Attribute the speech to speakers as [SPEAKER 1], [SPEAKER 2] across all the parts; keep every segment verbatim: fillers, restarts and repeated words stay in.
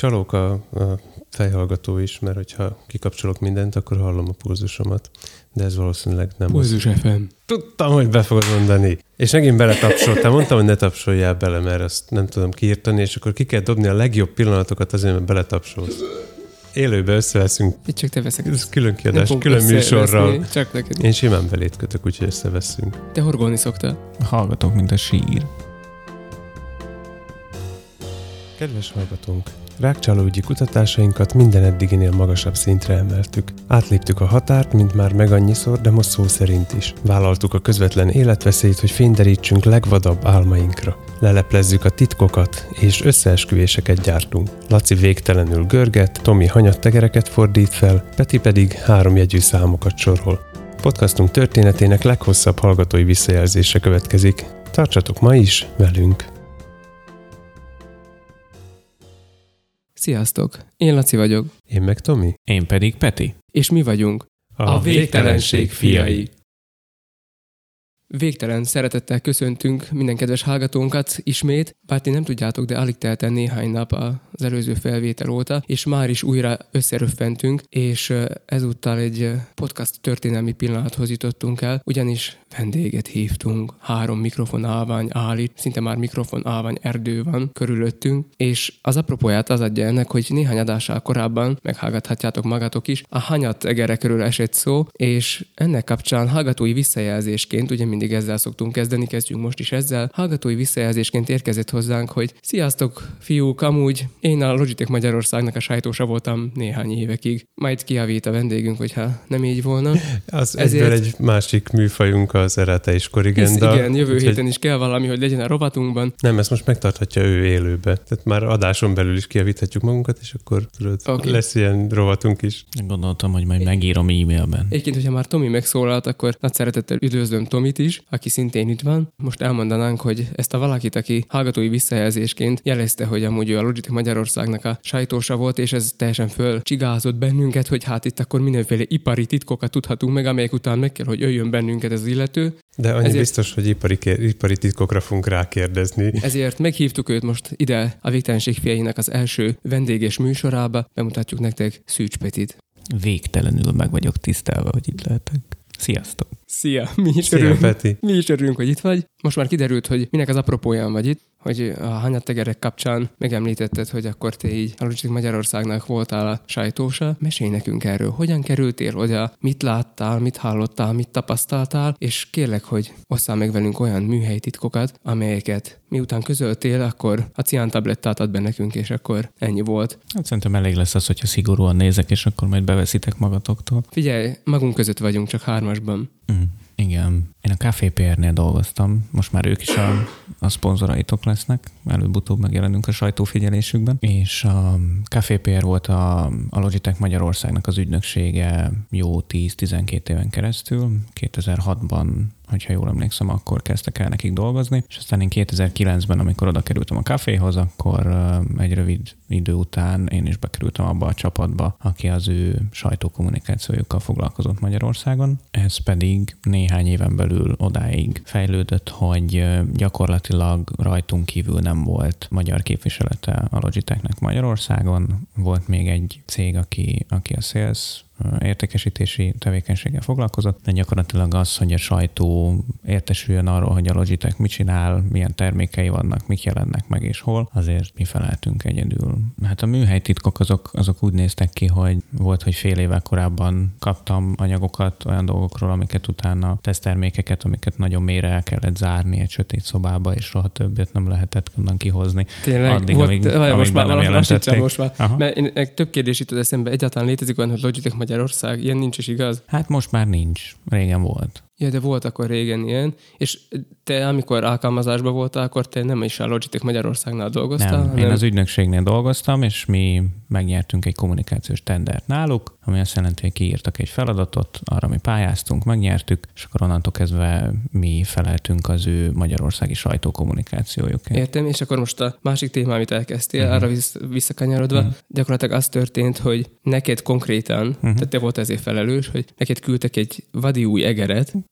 [SPEAKER 1] csalók a, a fejhallgató is, mert hogyha kikapcsolok mindent, akkor hallom a pulzusomat. De ez valószínűleg nem
[SPEAKER 2] Pulzus ef em.
[SPEAKER 1] Tudtam, hogy be fogod mondani. És megint beletapsoltál. Mondtam, hogy ne tapsoljál bele, mert azt nem tudom kiírtani, és akkor ki kell dobni a legjobb pillanatokat azért, mert beletapsolsz. Élőbe összeveszünk.
[SPEAKER 2] Itt csak te veszek.
[SPEAKER 1] Ez külön kiadás, külön műsorral.
[SPEAKER 2] Csak neked.
[SPEAKER 1] Én simán belét kötök, úgyhogy összeveszünk.
[SPEAKER 2] Te horgolni szoktál.
[SPEAKER 3] Hallgatok, mint a sír.
[SPEAKER 1] Kedves hallgatónk! Rákcsálóügyi kutatásainkat minden eddiginél magasabb szintre emeltük. Átléptük a határt, mint már meg annyiszor, de most szó szerint is. Vállaltuk a közvetlen életveszélyt, hogy fényderítsünk legvadabb álmainkra. Leleplezzük a titkokat, és összeesküvéseket gyártunk. Laci végtelenül görget, Tomi hanyattegereket fordít fel, Peti pedig háromjegyű számokat sorol. Podcastunk történetének leghosszabb hallgatói visszajelzése következik. Tartsatok ma is velünk!
[SPEAKER 2] Sziasztok! Én Laci vagyok.
[SPEAKER 1] Én meg Tomi.
[SPEAKER 3] Én pedig Peti.
[SPEAKER 2] És mi vagyunk
[SPEAKER 1] A,
[SPEAKER 2] a végtelenség fiai. Végtelen szeretettel köszöntünk minden kedves hallgatónkat ismét, bár ti nem tudjátok, de alig telt el néhány nap az előző felvétel óta, és már is újra összeröffentünk, és ezúttal egy podcast történelmi pillanathoz jutottunk el, ugyanis vendéget hívtunk, három mikrofon állvány áll itt, szinte már mikrofon állvány erdő van körülöttünk, és az apropóját az adja ennek, hogy néhány adással korábban, meghallgathatjátok magatok is, a hanyat egerekről esett szó, és ennek kapcsán hallgatói visszajelzésként, ugye mindig ezzel szoktunk kezdeni, kezdjünk most is ezzel, hallgatói visszajelzésként érkezett hozzánk, hogy sziasztok, fiúk, amúgy én a Logitech Magyarországnak a sajtósa voltam néhány évekig, majd kijavít a vendégünk, hogyha nem így volna.
[SPEAKER 1] Az ezért... egyből egy másik műfajunk az erete és korrigenda.
[SPEAKER 2] Ez, igen, jövő
[SPEAKER 1] úgyhogy...
[SPEAKER 2] héten is kell valami, hogy legyen a rovatunkban.
[SPEAKER 1] Nem, ezt most megtarthatja ő élőbe. Tehát már adáson belül is kijavíthatjuk magunkat, és akkor tudod, okay. Lesz ilyen rovatunk is.
[SPEAKER 3] Gondoltam, hogy majd megírom e-mailben.
[SPEAKER 2] Egyébként, hogyha már Tomi megszólalt, akkor nagy szeretettel üdvözlöm Tomit is, aki szintén itt van. Most elmondanánk, hogy ezt a valakit, aki hallgatói visszajelzésként jelezte, hogy amúgy ő a Logitech Magyarországnak a sajtósa volt, és ez teljesen fölcsigázott bennünket, hogy hát itt akkor mindenféle ipari titkokat tudhatunk meg, amelyek után meg kell, hogy jöjjön bennünket ez az illető.
[SPEAKER 1] De annyi ezért... biztos, hogy ipari, kér... ipari titkokra fogunk rákérdezni.
[SPEAKER 2] Ezért meghívtuk őt most ide a Végtelenség fiainak az első vendéges műsorába. Bemutatjuk nektek Szűcs Petit.
[SPEAKER 3] Végtelenül meg vagyok tisztelve, hogy itt lehetek. Sziasztok!
[SPEAKER 2] Szia! Mi is,
[SPEAKER 1] Szia,
[SPEAKER 2] örülünk,
[SPEAKER 1] Peti.
[SPEAKER 2] mi is örülünk, hogy itt vagy. Most már kiderült, hogy minek az apropóján vagy itt, hogy a hanyattegerek kapcsán megemlítetted, hogy akkor te így a Logitech Magyarországnak voltál a sajtósa. Mesélj nekünk erről, hogyan kerültél oda, mit láttál, mit hallottál, mit tapasztaltál, és kérlek, hogy osszál meg velünk olyan műhelytitkokat, amelyeket miután közöltél, akkor a ciántablettát ad be nekünk, és akkor ennyi volt.
[SPEAKER 3] Hát szerintem elég lesz az, hogyha szigorúan nézek, és akkor majd beveszitek magatoktól.
[SPEAKER 2] Figyelj, magunk között vagyunk, csak hármasban.
[SPEAKER 3] Mm. Igen. Én a Café pé er-nél dolgoztam. Most már ők is a, a szponzoraitok lesznek. Előbb-utóbb megjelenünk a sajtófigyelésükben. És a Café pé er volt a, a Logitech Magyarországnak az ügynöksége jó tíz-tizenkét éven keresztül. kétezer-hatban, hogyha jól emlékszem, akkor kezdtek el nekik dolgozni. És aztán én kétezer-kilencben, amikor oda kerültem a Caféhoz, akkor egy rövid idő után én is bekerültem abba a csapatba, aki az ő sajtókommunikációjukkal foglalkozott Magyarországon. Ez pedig néhány éven belül odáig fejlődött, hogy gyakorlatilag rajtunk kívül nem volt magyar képviselete a Logitechnek Magyarországon. Volt még egy cég, aki, aki a sales értékesítési tevékenységgel foglalkozott, de gyakorlatilag az, hogy a sajtó értesüljön arról, hogy a Logitech mit csinál, milyen termékei vannak, mik jelennek meg és hol, azért mi feleltünk egyedül. Hát a műhelytitkok azok, azok úgy néztek ki, hogy volt, hogy fél évvel korábban kaptam anyagokat olyan dolgokról, amiket utána teszttermékeket, amiket nagyon mélyre el kellett zárni egy sötét szobába, és soha többet nem lehetett onnan kihozni.
[SPEAKER 2] Tényleg?
[SPEAKER 3] Addig,
[SPEAKER 2] volt,
[SPEAKER 3] amíg,
[SPEAKER 2] amíg most már
[SPEAKER 3] jelentették.
[SPEAKER 2] Most már. Mert én, több kérdés jutott eszembe, egyáltalán létezik olyan, hogy Logitech Magyarország, ilyen nincs is igaz?
[SPEAKER 3] Hát most már nincs. Régen volt.
[SPEAKER 2] Ja, de volt akkor régen ilyen. És te, amikor alkalmazásban voltál, akkor te nem is a Logitech Magyarországnál dolgoztál?
[SPEAKER 3] Nem,
[SPEAKER 2] hanem...
[SPEAKER 3] én az ügynökségnél dolgoztam, és mi megnyertünk egy kommunikációs tendert náluk, ami azt jelenti, hogy kiírtak egy feladatot, arra mi pályáztunk, megnyertük, és akkor onnantól kezdve mi feleltünk az ő magyarországi sajtókommunikációjukért.
[SPEAKER 2] Értem, és akkor most a másik téma, amit elkezdtél, uh-huh. arra vissz, visszakanyarodva, uh-huh. gyakorlatilag az történt, hogy neked konkrétan, uh-huh. tehát te volt ezért felelős, hogy neked küldtek egy vadi új egeret,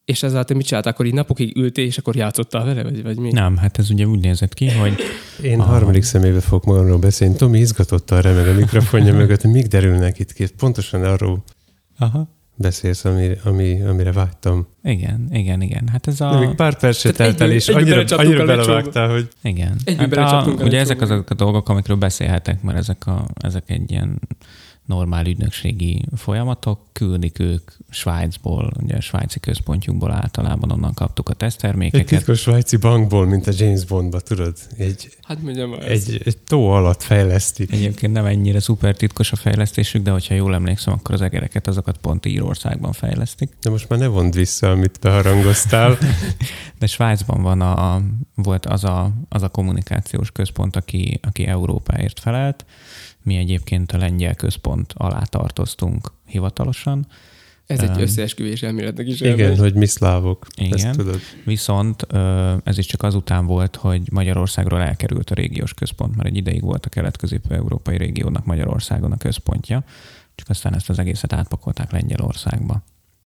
[SPEAKER 2] És ezáltal mit csináltál? Akkor így napokig ültél, és akkor játszottál vele, vagy, vagy mi?
[SPEAKER 3] Nem, hát ez ugye úgy nézett ki, hogy...
[SPEAKER 1] Én a harmadik személybe fogok magamról beszélni. Tomi izgatottan remeg a mikrofonja mögött, hogy még derülnek itt ki. Pontosan arról
[SPEAKER 3] Aha.
[SPEAKER 1] beszélsz, ami, ami, amire vágytam.
[SPEAKER 3] Igen, igen, igen. Hát ez a...
[SPEAKER 1] De még pár perc se telt el, és
[SPEAKER 2] egyből
[SPEAKER 1] annyira,
[SPEAKER 2] belecsaptunk
[SPEAKER 1] annyira
[SPEAKER 2] a lecsóba.
[SPEAKER 1] belevágtál, hogy...
[SPEAKER 3] Igen.
[SPEAKER 2] Egyből
[SPEAKER 3] Hát a,
[SPEAKER 2] belecsaptunk a
[SPEAKER 3] ugye
[SPEAKER 2] lecsóba.
[SPEAKER 3] ezek azok a dolgok, amikről beszélhetek, mert ezek, a, ezek egy ilyen normál ügynökségi folyamatok, küldik ők Svájcból, ugye a svájci központjukból általában onnan kaptuk a
[SPEAKER 1] Egy
[SPEAKER 3] teszttermékeket.
[SPEAKER 1] titkos svájci bankból, mint a James Bondba, tudod? Egy,
[SPEAKER 2] Hát mondjam már
[SPEAKER 1] egy, egy tó alatt fejlesztik.
[SPEAKER 3] Egyébként nem ennyire szuper titkos a fejlesztésük, de hogyha jól emlékszem, akkor az egereket azokat pont Írországban fejlesztik.
[SPEAKER 1] De most már ne vondd vissza, amit beharangoztál.
[SPEAKER 3] De Svájcban van a, volt az a, az a kommunikációs központ, aki, aki Európáért felelt. Mi egyébként a lengyel központ alá tartoztunk hivatalosan.
[SPEAKER 2] Ez egy
[SPEAKER 3] Um,
[SPEAKER 2] összeesküvés elméletnek is
[SPEAKER 1] Igen,
[SPEAKER 2] elmegy.
[SPEAKER 1] hogy mi szlávok.
[SPEAKER 3] Igen.
[SPEAKER 1] Ezt tudod.
[SPEAKER 3] Viszont ez is csak azután volt, hogy Magyarországról elkerült a régiós központ, mert egy ideig volt a kelet-közép-európai régiónak Magyarországon a központja, csak aztán ezt az egészet átpakolták Lengyelországba.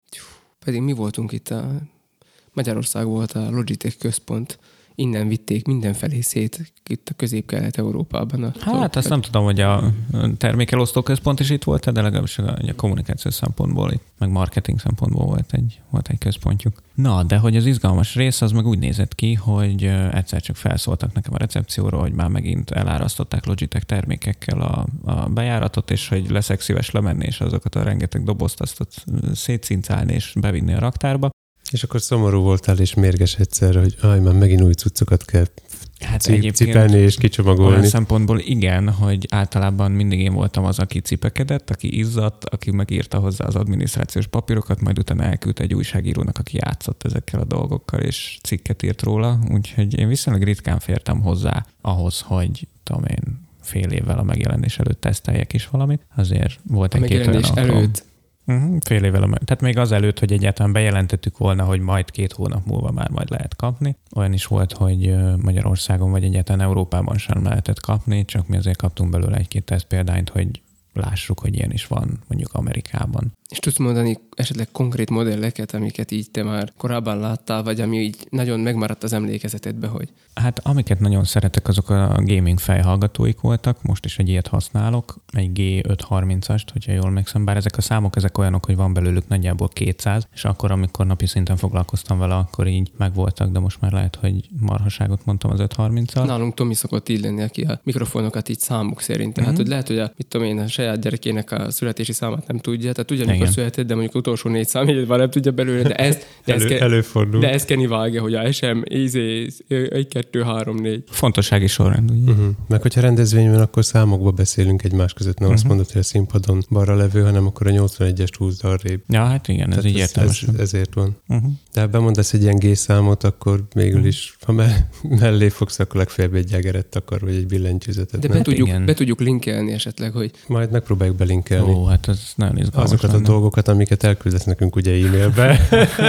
[SPEAKER 2] Pedig mi voltunk itt, a Magyarország volt a Logitech központ, innen vitték mindenfelé szét itt a közép-kelet-európában. A
[SPEAKER 3] Hát azt nem tudom, hogy a termékelosztó központ is itt volt, de legalábbis a, a kommunikáció szempontból, itt, meg marketing szempontból volt egy, volt egy központjuk. Na, de hogy az izgalmas rész az meg úgy nézett ki, hogy egyszer csak felszóltak nekem a recepcióról, hogy már megint elárasztották Logitech termékekkel a, a bejáratot, és hogy leszek szíves lemenni, és azokat a rengeteg dobozt azt ott szétszincálni és bevinni a raktárba.
[SPEAKER 1] És akkor szomorú voltál, és mérges egyszerre, hogy aj, már megint új cuccokat kell
[SPEAKER 3] Hát
[SPEAKER 1] cip- cipelni és kicsomagolni.
[SPEAKER 3] Olyan szempontból igen, hogy általában mindig én voltam az, aki cipekedett, aki izzadt, aki megírta hozzá az adminisztrációs papírokat, majd utána elküldte egy újságírónak, aki játszott ezekkel a dolgokkal, és cikket írt róla. Úgyhogy én viszonylag ritkán fértem hozzá ahhoz, hogy tudom én, fél évvel a megjelenés előtt teszteljek is valamit. Azért volt
[SPEAKER 2] a
[SPEAKER 3] egy-két olyan
[SPEAKER 2] megjelenés
[SPEAKER 3] alkalom.
[SPEAKER 2] előtt.
[SPEAKER 3] Uh-huh, fél évvel, a, tehát még azelőtt, hogy egyáltalán bejelentettük volna, hogy majd két hónap múlva már majd lehet kapni. Olyan is volt, hogy Magyarországon vagy egyáltalán Európában sem lehetett kapni, csak mi azért kaptunk belőle egy-két teszt példányt, hogy lássuk, hogy ilyen is van mondjuk Amerikában.
[SPEAKER 2] És tudsz mondani esetleg konkrét modelleket, amiket így te már korábban láttál, vagy ami így nagyon megmaradt az emlékezetedbe, hogy...
[SPEAKER 3] Hát amiket nagyon szeretek, azok a gaming fejhallgatóik voltak, most is egy ilyet használok, egy G ötszázharmincast, hogyha jól megszem, bár ezek a számok ezek olyanok, hogy van belőlük nagyjából kétszáz, és akkor, amikor napi szinten foglalkoztam vele, akkor így megvoltak, de most már lehet, hogy marhaságot mondtam az ötszázharminccal.
[SPEAKER 2] Nálunk Tomi szokott így lenni, aki a mikrofonokat így számok szerint. Tehát,
[SPEAKER 3] Mhm.
[SPEAKER 2] hogy lehet, hogy a, mit tudom én, a saját gyerekének a születési számát nem tudja, tehát tudja, mikor
[SPEAKER 3] Igen.
[SPEAKER 2] született, de mondjuk utolsó négy számjegyet már nem tudja belőle, de ezt, de ezt,
[SPEAKER 1] Elő,
[SPEAKER 2] ke,
[SPEAKER 1] előfordul.
[SPEAKER 2] de ezt Kenny vágja, hogy a es em, izé, egy, kettő, három, négy.
[SPEAKER 3] Fontossági sorrend, ugye?
[SPEAKER 1] Uh-huh. Meg hogyha rendezvény van, akkor számokba beszélünk egymás között. Nem uh-huh. azt
[SPEAKER 3] Mhm.
[SPEAKER 1] mondod, hogy a színpadon balra levő, hanem akkor a nyolcvanegyest húzd arrébb.
[SPEAKER 3] Ja, hát igen, ez
[SPEAKER 1] Tehát
[SPEAKER 3] így
[SPEAKER 1] ez,
[SPEAKER 3] értelmes.
[SPEAKER 1] ez, ezért van.
[SPEAKER 3] Uh-huh.
[SPEAKER 1] De ha bemondasz egy ilyen G-számot, akkor végül is, ha me- mellé fogsz, akkor legfeljebb egy jegeret takar, vagy egy billentyűzetet.
[SPEAKER 2] De
[SPEAKER 1] nem?
[SPEAKER 2] be tudjuk,
[SPEAKER 3] Igen.
[SPEAKER 2] be tudjuk linkelni esetleg, hogy
[SPEAKER 1] Majd megpróbáljuk belinkelni.
[SPEAKER 3] Ó, hát ez nagyon izgalmas
[SPEAKER 1] Azokat a
[SPEAKER 3] lenne.
[SPEAKER 1] dolgokat, amiket elküldesz nekünk ugye e-mailbe,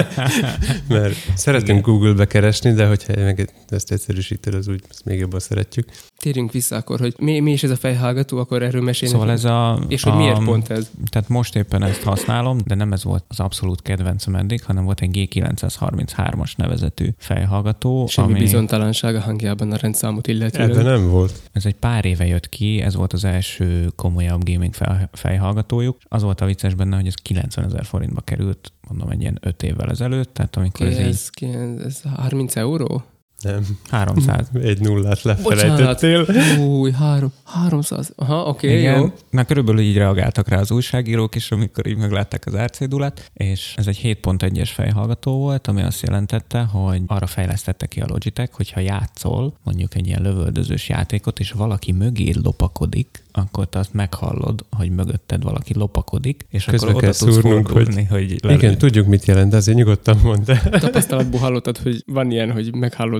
[SPEAKER 1] mert szeretünk Google-be keresni, de hogyha meg ezt egyszerűsíted, az úgy ezt még jobban szeretjük.
[SPEAKER 2] térjünk vissza akkor, hogy mi, mi is ez a fejhallgató, akkor erről mesélni.
[SPEAKER 3] Szóval ez a...
[SPEAKER 2] És hogy
[SPEAKER 3] a,
[SPEAKER 2] miért pont ez?
[SPEAKER 3] Tehát most éppen ezt használom, de nem ez volt az abszolút kedvencem eddig, hanem volt egy G kilencszázharmincthármas nevezetű fejhallgató.
[SPEAKER 2] Semmi
[SPEAKER 3] ami,
[SPEAKER 2] bizonytalanság a hangjában a rendszámot illetően.
[SPEAKER 1] Ebben nem volt.
[SPEAKER 3] Ez egy pár éve jött ki, ez volt az első komolyabb gaming fej- fejhallgatójuk. Az volt a vicces benne, hogy ez kilencvenezer forintba került, mondom, egy ilyen öt évvel ezelőtt, tehát amikor
[SPEAKER 2] Okay,
[SPEAKER 3] ez így
[SPEAKER 2] ez, ki- ez harminc euró?
[SPEAKER 1] Nem.
[SPEAKER 3] háromszáz.
[SPEAKER 1] Egy nullát
[SPEAKER 2] Bocsánat.
[SPEAKER 1] lefelejtettél.
[SPEAKER 2] Új, három, háromszáz. Aha, oké, okay,
[SPEAKER 3] Igen,
[SPEAKER 2] jó.
[SPEAKER 3] na körülbelül így reagáltak rá az újságírók is, amikor így meglátták az árcédulát, és ez egy hét pont egyes fejhallgató volt, ami azt jelentette, hogy arra fejlesztette ki a Logitech, hogyha játszol mondjuk egy ilyen lövöldözős játékot, és valaki mögé lopakodik, akkor te azt meghallod, hogy mögötted valaki lopakodik, és
[SPEAKER 1] Közbe
[SPEAKER 3] akkor
[SPEAKER 1] kell
[SPEAKER 3] oda tudsz
[SPEAKER 1] szúrnunk,
[SPEAKER 3] fordulni, hogy, hogy lelő.
[SPEAKER 1] Igen, tudjuk, mit jelent, de azért nyugodtan mondd el.
[SPEAKER 2] Tapasztalatból hallottad, hogy van ilyen, hogy meghallod,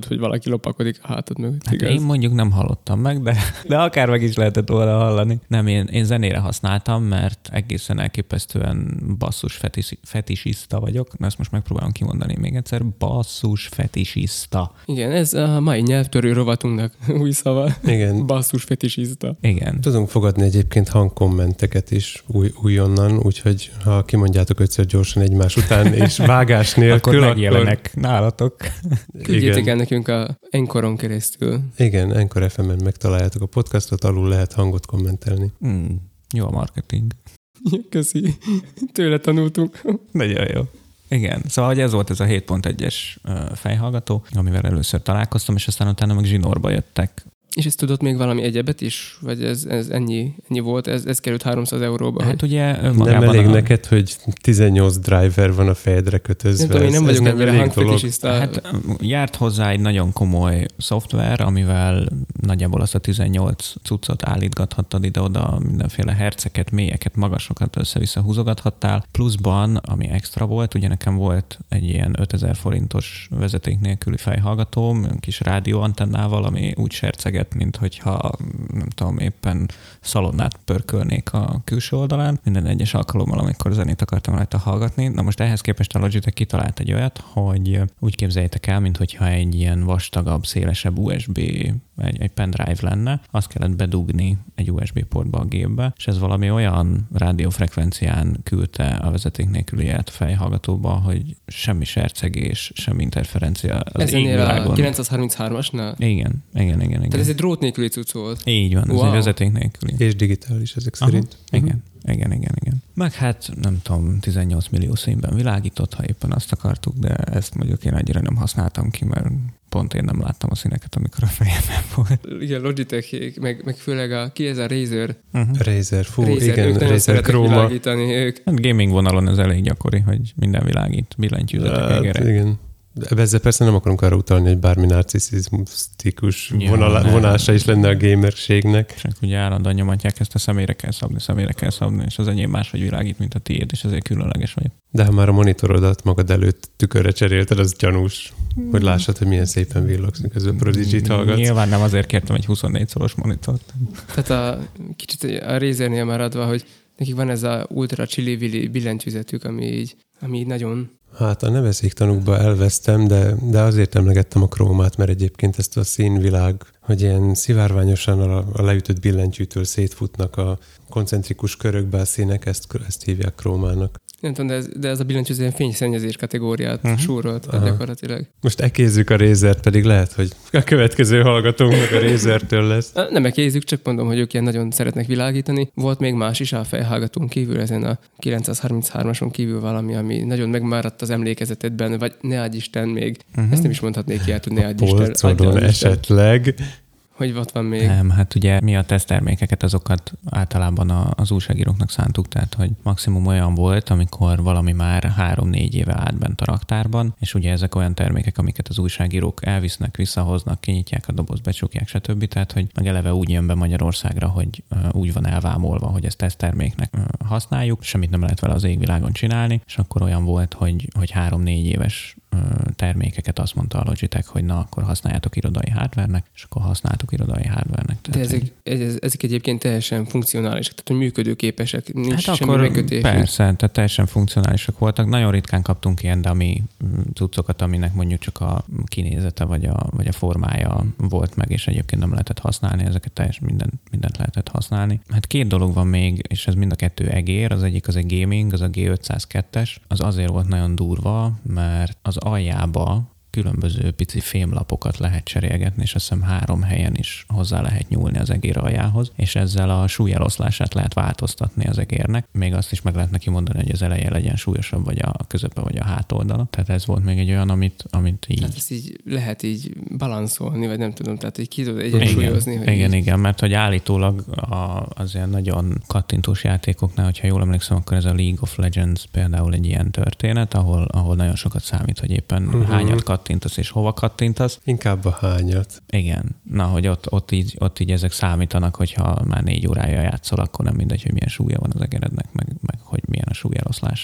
[SPEAKER 2] hogy valaki lopakodik a hátad mögött.
[SPEAKER 3] Hát én mondjuk nem hallottam meg, de, de akár meg is lehetett volna hallani. Nem, én, én zenére használtam, mert egészen elképesztően basszus fetis, fetisista vagyok. Na, ezt most megpróbálom kimondani még egyszer. Basszus fetisista.
[SPEAKER 2] Igen, ez a mai nyelvtörő rovatunknak új szava.
[SPEAKER 1] Igen.
[SPEAKER 2] Basszus fetisista.
[SPEAKER 3] Igen.
[SPEAKER 1] Tudunk fogadni egyébként hangkommenteket is új, újonnan, úgyhogy ha kimondjátok ötször gyorsan egymás után, és vágás nélkül,
[SPEAKER 3] akkor megjelenek akkor... nálatok.
[SPEAKER 2] Küldjétek el nekünk a Anchoron keresztül.
[SPEAKER 1] Igen, Anchor ef emen megtaláljátok a podcastot, alul lehet hangot kommentelni.
[SPEAKER 3] Mm, jó a marketing.
[SPEAKER 2] Köszi. Tőle tanultunk.
[SPEAKER 3] Nagyon jó. Igen, szóval hogy ez volt ez a hét pont egyes fejhallgató, amivel először találkoztam, és aztán utána meg zsinórba jöttek.
[SPEAKER 2] És ezt tudott még valami egyebet is? Vagy ez, ez ennyi, ennyi volt? Ez, ez került háromszáz euróba?
[SPEAKER 3] Hát
[SPEAKER 2] hogy...
[SPEAKER 3] ugye
[SPEAKER 1] nem elég a... neked, hogy tizennyolc driver van a fejedre kötözve.
[SPEAKER 2] Nem tudom, én nem vagyok ennyire hangfetisista.
[SPEAKER 3] Hát járt hozzá egy nagyon komoly szoftver, amivel nagyjából azt a tizennyolc cuccot állítgathattad ide-oda, mindenféle herceket, mélyeket, magasokat össze-vissza húzogathattál. Pluszban, ami extra volt, ugye nekem volt egy ilyen ötezer forintos vezeték nélküli fejhallgatóm, kis rádióantennával, ami úgy serceget, mint hogyha, nem tudom, éppen szalonnát pörkölnék a külső oldalán. Minden egyes alkalommal, amikor zenét akartam rajta hallgatni. Na most ehhez képest a Logitech kitalált egy olyat, hogy úgy képzeljétek el, mintha egy ilyen vastagabb, szélesebb u es bé, egy, egy pendrive lenne, azt kellett bedugni egy u es bé portba a gépbe, és ez valami olyan rádiófrekvencián küldte a vezeték nélküli jelet a fejhallgatóba, hogy semmi sercegés, semmi interferencia az
[SPEAKER 2] ez
[SPEAKER 3] égvilágon.
[SPEAKER 2] a kilencszázharminchárom-asnál?
[SPEAKER 3] Igen, igen, igen, igen.
[SPEAKER 2] Tehát ez egy drót nélküli cucc volt.
[SPEAKER 3] Így van,
[SPEAKER 2] wow.
[SPEAKER 3] Ez egy vezeték nélküli.
[SPEAKER 1] És digitális ezek
[SPEAKER 3] Aha,
[SPEAKER 1] szerint.
[SPEAKER 3] Igen, igen, igen, igen. Meg hát nem tudom, tizennyolc millió színben világított, ha éppen azt akartuk, de ezt mondjuk én annyira nem használtam ki, mert pont én nem láttam a színeket, amikor a fejemben volt.
[SPEAKER 2] Igen, Logitech, meg, meg főleg a ki ez a Razer.
[SPEAKER 3] Uh-huh.
[SPEAKER 1] Razer, fú,
[SPEAKER 2] Razer,
[SPEAKER 1] igen, Razer Chroma.
[SPEAKER 2] világítani ők.
[SPEAKER 3] Hát gaming vonalon ez elég gyakori, hogy minden világít, billentyűzetek
[SPEAKER 1] hát,
[SPEAKER 3] égere.
[SPEAKER 1] Igen. De ezzel persze nem akarunk arra utalni, hogy bármi narcisztikus
[SPEAKER 3] ja,
[SPEAKER 1] vonala, vonása is lenne a gamerségnek.
[SPEAKER 3] Csak ugye állandóan nyomatják ezt a személyre kell szabni, személyre kell szabni, és az enyém máshogy világít, mint a tiéd, és ezért különleges vagyok.
[SPEAKER 1] De ha már a monitorodat magad előtt tükörre cserélted, az gyanús, hmm. hogy lássad, hogy milyen szépen villogsz, miközben Prodigy-t hallgatsz.
[SPEAKER 3] Nyilván nem azért kértem egy huszonnégy szoros monitort.
[SPEAKER 2] Tehát a, kicsit a Razernél már adva, hogy nekik van ez a ultra chili-villi billentyűzetük, ami így, ami így nagyon...
[SPEAKER 1] Hát a nevezéktanúkba elvesztem, de, de azért emlegettem a krómát, mert egyébként ezt a színvilág, hogy ilyen szivárványosan a, a leütött billentyűtől szétfutnak a koncentrikus körökbe a színek, ezt, ezt hívják krómának.
[SPEAKER 2] Nem tudom, de ez, de ez a billentyű ilyen fényszennyezés kategóriát uh-huh. súrolt gyakorlatilag.
[SPEAKER 1] Most ekézzük a Razert, pedig lehet, hogy a következő hallgatónknak a Razertől lesz.
[SPEAKER 2] Nem ekézzük, csak mondom, hogy ők ilyen nagyon szeretnek világítani. Volt még más is a fejhallgatón kívül, ezen a kilencszázharmincháromason kívül valami, ami nagyon megmáradt az emlékezetedben, vagy ne adj Isten még. Uh-huh. Ezt nem is mondhatnék ki, hogy ne adj Isten.
[SPEAKER 1] Polcodon esetleg.
[SPEAKER 2] Hogy ott van még?
[SPEAKER 3] Nem, hát ugye mi a teszttermékeket, azokat általában az újságíróknak szántuk, tehát hogy maximum olyan volt, amikor valami már három-négy éve állt bent a raktárban, és ugye ezek olyan termékek, amiket az újságírók elvisznek, visszahoznak, kinyitják a dobozt, becsukják, stb. Tehát, hogy meg eleve úgy jön be Magyarországra, hogy úgy van elvámolva, hogy ezt tesztterméknek használjuk, semmit nem lehet vele az égvilágon csinálni, és akkor olyan volt, hogy, hogy három-négy éves termékeket azt mondta a Logitech, hogy na, akkor használjátok irodai hardware-nek, és akkor használtuk irodai hardware-nek.
[SPEAKER 2] De ezek, ez, ezek egyébként teljesen funkcionálisak, tehát hogy működőképesek, nincs
[SPEAKER 3] hát
[SPEAKER 2] semmi
[SPEAKER 3] akkor
[SPEAKER 2] megkötés.
[SPEAKER 3] Persze, tehát teljesen funkcionálisak voltak. Nagyon ritkán kaptunk ilyen dummy cuccokat, aminek mondjuk csak a kinézete vagy a, vagy a formája volt meg, és egyébként nem lehetett használni, ezeket teljesen minden, mindent lehetett használni. Hát két dolog van még, és ez mind a kettő egér, az egyik az egy gaming, az a G ötszázkettes, az azért volt nagyon durva, mert az aljába különböző pici fémlapokat lehet cserélgetni, és azt hiszem három helyen is hozzá lehet nyúlni az egér aljához, és ezzel a súlyeloszlását lehet változtatni az egérnek. Még azt is meg lehet neki mondani, hogy az eleje legyen súlyosabb, vagy a közepe, vagy a hátoldala. Tehát ez volt még egy olyan, amit, amit így...
[SPEAKER 2] Hát ezt így lehet így balanszolni, vagy nem tudom, tehát így ki tudod egyensúlyozni.
[SPEAKER 3] Igen,
[SPEAKER 2] hogy
[SPEAKER 3] igen,
[SPEAKER 2] így...
[SPEAKER 3] igen, mert hogy állítólag a, az ilyen nagyon kattintós játékoknál, hogyha jól emlékszem, akkor ez a League of Legends például egy ilyen történet, ahol, ahol nagyon sokat számít, hogy éppen uh-huh. hányat kattintasz és hova kattintasz.
[SPEAKER 1] Inkább a hányat.
[SPEAKER 3] Igen. Na, hogy ott, ott, így, ott így ezek számítanak, hogyha már négy órája játszol, akkor nem mindegy, hogy milyen súlya van az egerednek, meg, meg hogy milyen a súlyeloszlása.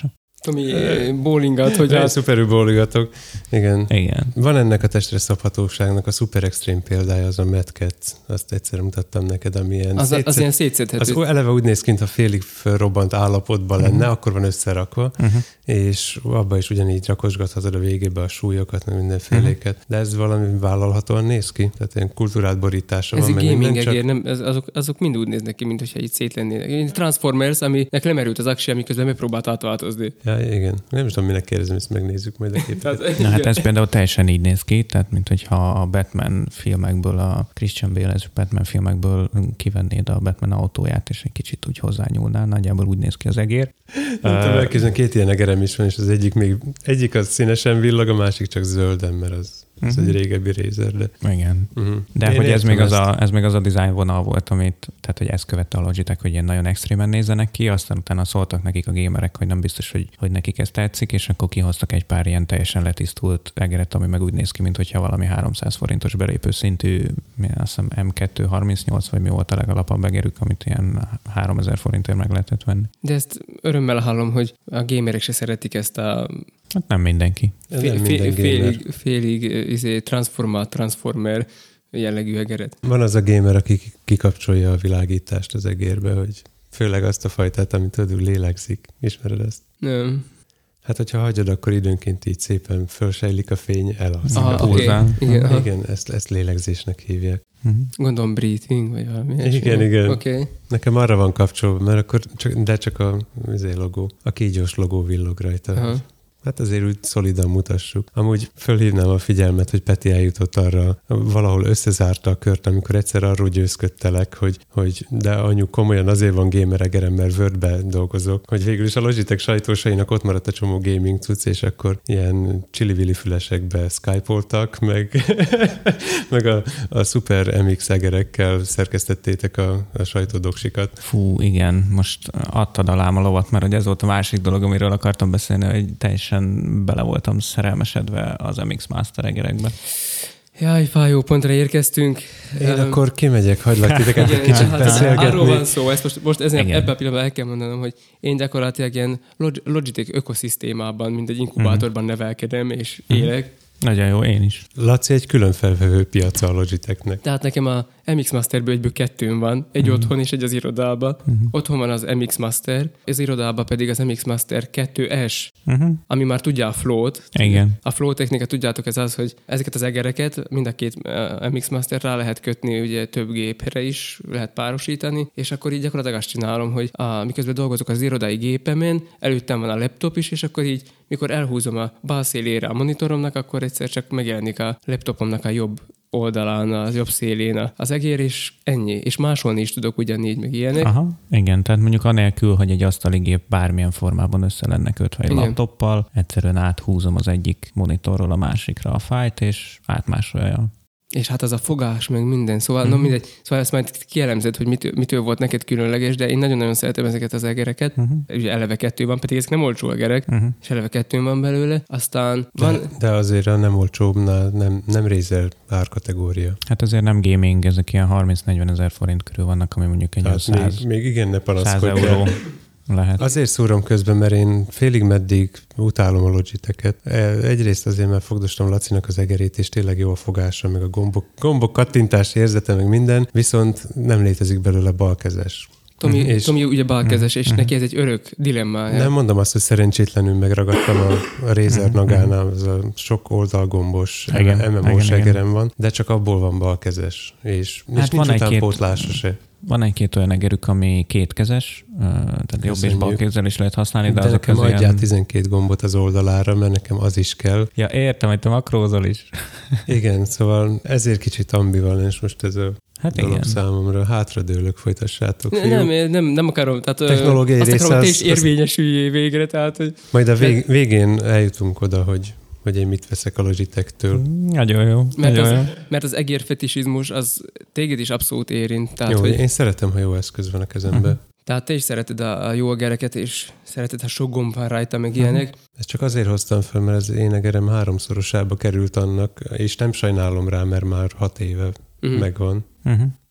[SPEAKER 2] Tomi bowlingat, hogy
[SPEAKER 1] át... Szuperül bowlingatok. Igen.
[SPEAKER 3] Igen.
[SPEAKER 1] Van ennek a testre szabhatóságnak a szuper extrém példája, az a Mad Cat. Azt egyszer mutattam neked, amilyen
[SPEAKER 2] az,
[SPEAKER 1] szétszed...
[SPEAKER 2] az ilyen szétszedhető.
[SPEAKER 1] Az eleve úgy néz ki, mintha félig felrobbant állapotban lenne, uh-huh. akkor van összerakva, uh-huh. és abba is ugyanígy rakosgathatod a végébe a súlyokat, meg mindenféléket. Uh-huh. De ez valami vállalhatóan néz ki? Tehát ilyen kultúrált borítása
[SPEAKER 2] ez
[SPEAKER 1] van.
[SPEAKER 2] Ez egy gaming egér, csak... nem, ez, azok, azok mind úgy néznek ki, mint hogyha így szét lennének. Transformers, aminek lemerült az aksi, amiközben megpróbált átváltozni.
[SPEAKER 1] Ja, igen. Nem is tudom, minek kérdezem, ezt megnézzük majd a képet.
[SPEAKER 3] Na, hát ez például teljesen így néz ki, tehát mint hogyha a Batman filmekből, a Christian Bale-es Batman filmekből kivennéd a Batman autóját, és egy kicsit úgy hozzányúlnál, nagyjából úgy néz ki az egér.
[SPEAKER 1] Nem tudom, elképzelni, két ilyen egerem is van, és az egyik még, egyik az színesen villag, a másik csak zölden, mert az Ez uh-huh. egy régebbi Razer, de...
[SPEAKER 3] Igen. Uh-huh. De én hogy ez még, az a, ez még az a design vonal volt, amit, tehát hogy ezt követte a Logitech, hogy ilyen nagyon extrémen nézzenek ki, aztán utána szóltak nekik a gamerek, hogy nem biztos, hogy, hogy nekik ez tetszik, és akkor kihoztak egy pár ilyen teljesen letisztult egeret, ami meg úgy néz ki, mint hogyha valami háromszáz forintos belépő szintű, azt hiszem em kettő harmincnyolc, vagy mi volt a legalapabb egerük, amit ilyen háromezer forintért meg lehetett venni.
[SPEAKER 2] De ezt örömmel hallom, hogy a gamerek se szeretik ezt a...
[SPEAKER 3] Hát nem mindenki.
[SPEAKER 2] Fél,
[SPEAKER 1] nem
[SPEAKER 2] fél,
[SPEAKER 1] minden
[SPEAKER 2] félig, félig izé, transformát, transformer jellegű egeret.
[SPEAKER 1] Van az a gamer, aki kikapcsolja a világítást az egérbe, hogy főleg azt a fajtát, amit tudod, lélegzik. Ismered ezt?
[SPEAKER 2] Nem.
[SPEAKER 1] Hát, hogyha hagyod, akkor időnként így szépen fölsejlik a fény, elalszik.
[SPEAKER 2] Ah, okay. Igen,
[SPEAKER 1] igen ezt, ezt lélegzésnek hívják.
[SPEAKER 2] Uh-huh. Gondolom breathing, vagy valami.
[SPEAKER 1] Igen, esély. igen.
[SPEAKER 2] Okay.
[SPEAKER 1] Nekem arra van kapcsolva, mert akkor csak, de csak a izé logó, a kígyós logó villog rajta. Uh-huh. Hát azért úgy szolidan mutassuk. Amúgy fölhívnám a figyelmet, hogy Peti eljutott arra, valahol összezárta a kört, amikor egyszer arról győzködtelek, hogy, hogy de anyu, komolyan azért van gamer egerem, mert Wordbe dolgozok, hogy végül is a Logitech sajtósainak ott maradt a csomó gaming cucc, és akkor ilyen csili-vili fülesekbe skype-oltak, meg, meg a, a Super em iksz egerekkel szerkesztettétek a, a sajtódoksikat.
[SPEAKER 3] Fú, igen, most adtad alám a lovat, mert hogy ez volt a másik dolog, amiről akartam beszélni, hogy teljesen bele voltam szerelmesedve az em iksz Master egerekbe.
[SPEAKER 2] Jaj, fájó pontra érkeztünk.
[SPEAKER 1] Én um, akkor kimegyek, hagylak titeket egy kicsit hát beszélgetni.
[SPEAKER 2] Arról van szó, ezt most, most ezen, ebben a pillanatban el kell mondanom, hogy én gyakorlatilag ilyen Logitech ökoszisztémában, mint egy inkubátorban uh-huh. nevelkedem és uh-huh. élek.
[SPEAKER 3] Nagyon jó, én is.
[SPEAKER 1] Laci egy külön felvevő piaca a Logitechnek.
[SPEAKER 2] Tehát nekem a em iksz Masterből egyből kettőn van, egy uh-huh. otthon és egy az irodában. Uh-huh. Otthon van az em iksz Master, az irodában pedig az em iksz Master kettő es, uh-huh. ami már tudja a flow-t.
[SPEAKER 3] Igen.
[SPEAKER 2] A flow technika, tudjátok, ez az, hogy ezeket az egereket, mind a két em iksz Master rá lehet kötni ugye több gépre is, lehet párosítani, és akkor így gyakorlatilag azt csinálom, hogy a, miközben dolgozok az irodai gépemen, előttem van a laptop is, és akkor így, mikor elhúzom a bal szélére a monitoromnak, akkor egyszer csak megjelenik a laptopomnak a jobb oldalán, az jobb szélén az egér, és ennyi. És másolni is tudok ugyanígy, meg ilyenek.
[SPEAKER 3] Aha, igen, tehát mondjuk anélkül, hogy egy asztali gép bármilyen formában össze lenne kötve egy laptoppal, egyszerűen áthúzom az egyik monitorról a másikra a fájlt, és átmásolja.
[SPEAKER 2] És hát az a fogás, meg minden. Szóval, uh-huh. no, mindegy. Szóval ezt majd kielemzed, hogy mitől, mitől volt neked különleges, de én nagyon-nagyon szeretem ezeket az egereket. Uh-huh. Ugye eleve kettő van, pedig ezek nem olcsó egerek, uh-huh. és eleve kettő van belőle. Aztán van...
[SPEAKER 1] De, de azért a nem olcsóbbnál nem, nem Razer árkategória.
[SPEAKER 3] Hát azért nem gaming, ezek ilyen harminc-negyven ezer forint körül vannak, ami mondjuk egy száz,
[SPEAKER 1] még, még igen, ne panaszkodj.
[SPEAKER 3] száz euró. Lehet.
[SPEAKER 1] Azért szúrom közben, mert én félig meddig utálom a Logitech-et. Egyrészt azért, mert fogdostam Lacinak az egerét, és tényleg jó a fogása, meg a gombok, gombok kattintás érzete, meg minden, viszont nem létezik belőle balkezes.
[SPEAKER 2] Tomi, és Tomi ugye balkezes, és neki ez egy örök dilemmája.
[SPEAKER 1] Nem mondom azt, hogy szerencsétlenül megragadtam a, a Razer Nagánál, az a sok oldalgombos em em ó-s egerem van, de csak abból van balkezes, és, hát és nincs utánpótlása se.
[SPEAKER 3] Van egy-két olyan egerük, ami kétkezes, tehát jobb és bal kézzel is lehet használni, de,
[SPEAKER 1] de
[SPEAKER 3] azok
[SPEAKER 1] nekem adjál ilyen...
[SPEAKER 3] tizenkét
[SPEAKER 1] gombot az oldalára, mert nekem az is kell.
[SPEAKER 3] Ja, értem, hogy te makrózol is.
[SPEAKER 1] Igen, szóval ezért kicsit ambivalens most ez a hát dolog igen. Számomra. Hátradőlök, folytassátok.
[SPEAKER 2] Ne, nem, nem, nem akarom. Tehát,
[SPEAKER 1] technológiai
[SPEAKER 2] azt
[SPEAKER 1] része
[SPEAKER 2] akarom, hogy
[SPEAKER 1] az,
[SPEAKER 2] te is érvényesüljél végre. Tehát, hogy...
[SPEAKER 1] Majd a vég, végén eljutunk oda, hogy hogy én mit veszek a Logitech-től.
[SPEAKER 3] Nagyon jó.
[SPEAKER 2] Mert,
[SPEAKER 3] Nagyon
[SPEAKER 2] az,
[SPEAKER 3] jó.
[SPEAKER 2] mert az egérfetisizmus az téged is abszolút érint. Tehát,
[SPEAKER 1] jó,
[SPEAKER 2] hogy...
[SPEAKER 1] én szeretem, ha jó eszköz van a kezembe. Uh-huh.
[SPEAKER 2] Tehát te is szereted a, a jó egereket, és szereted, ha sok gomb van rajta, meg uh-huh. ilyenek.
[SPEAKER 1] Ezt csak azért hoztam fel, mert az én egerem háromszorosába került annak, és nem sajnálom rá, mert már hat éve uh-huh. megvan. Uh-huh.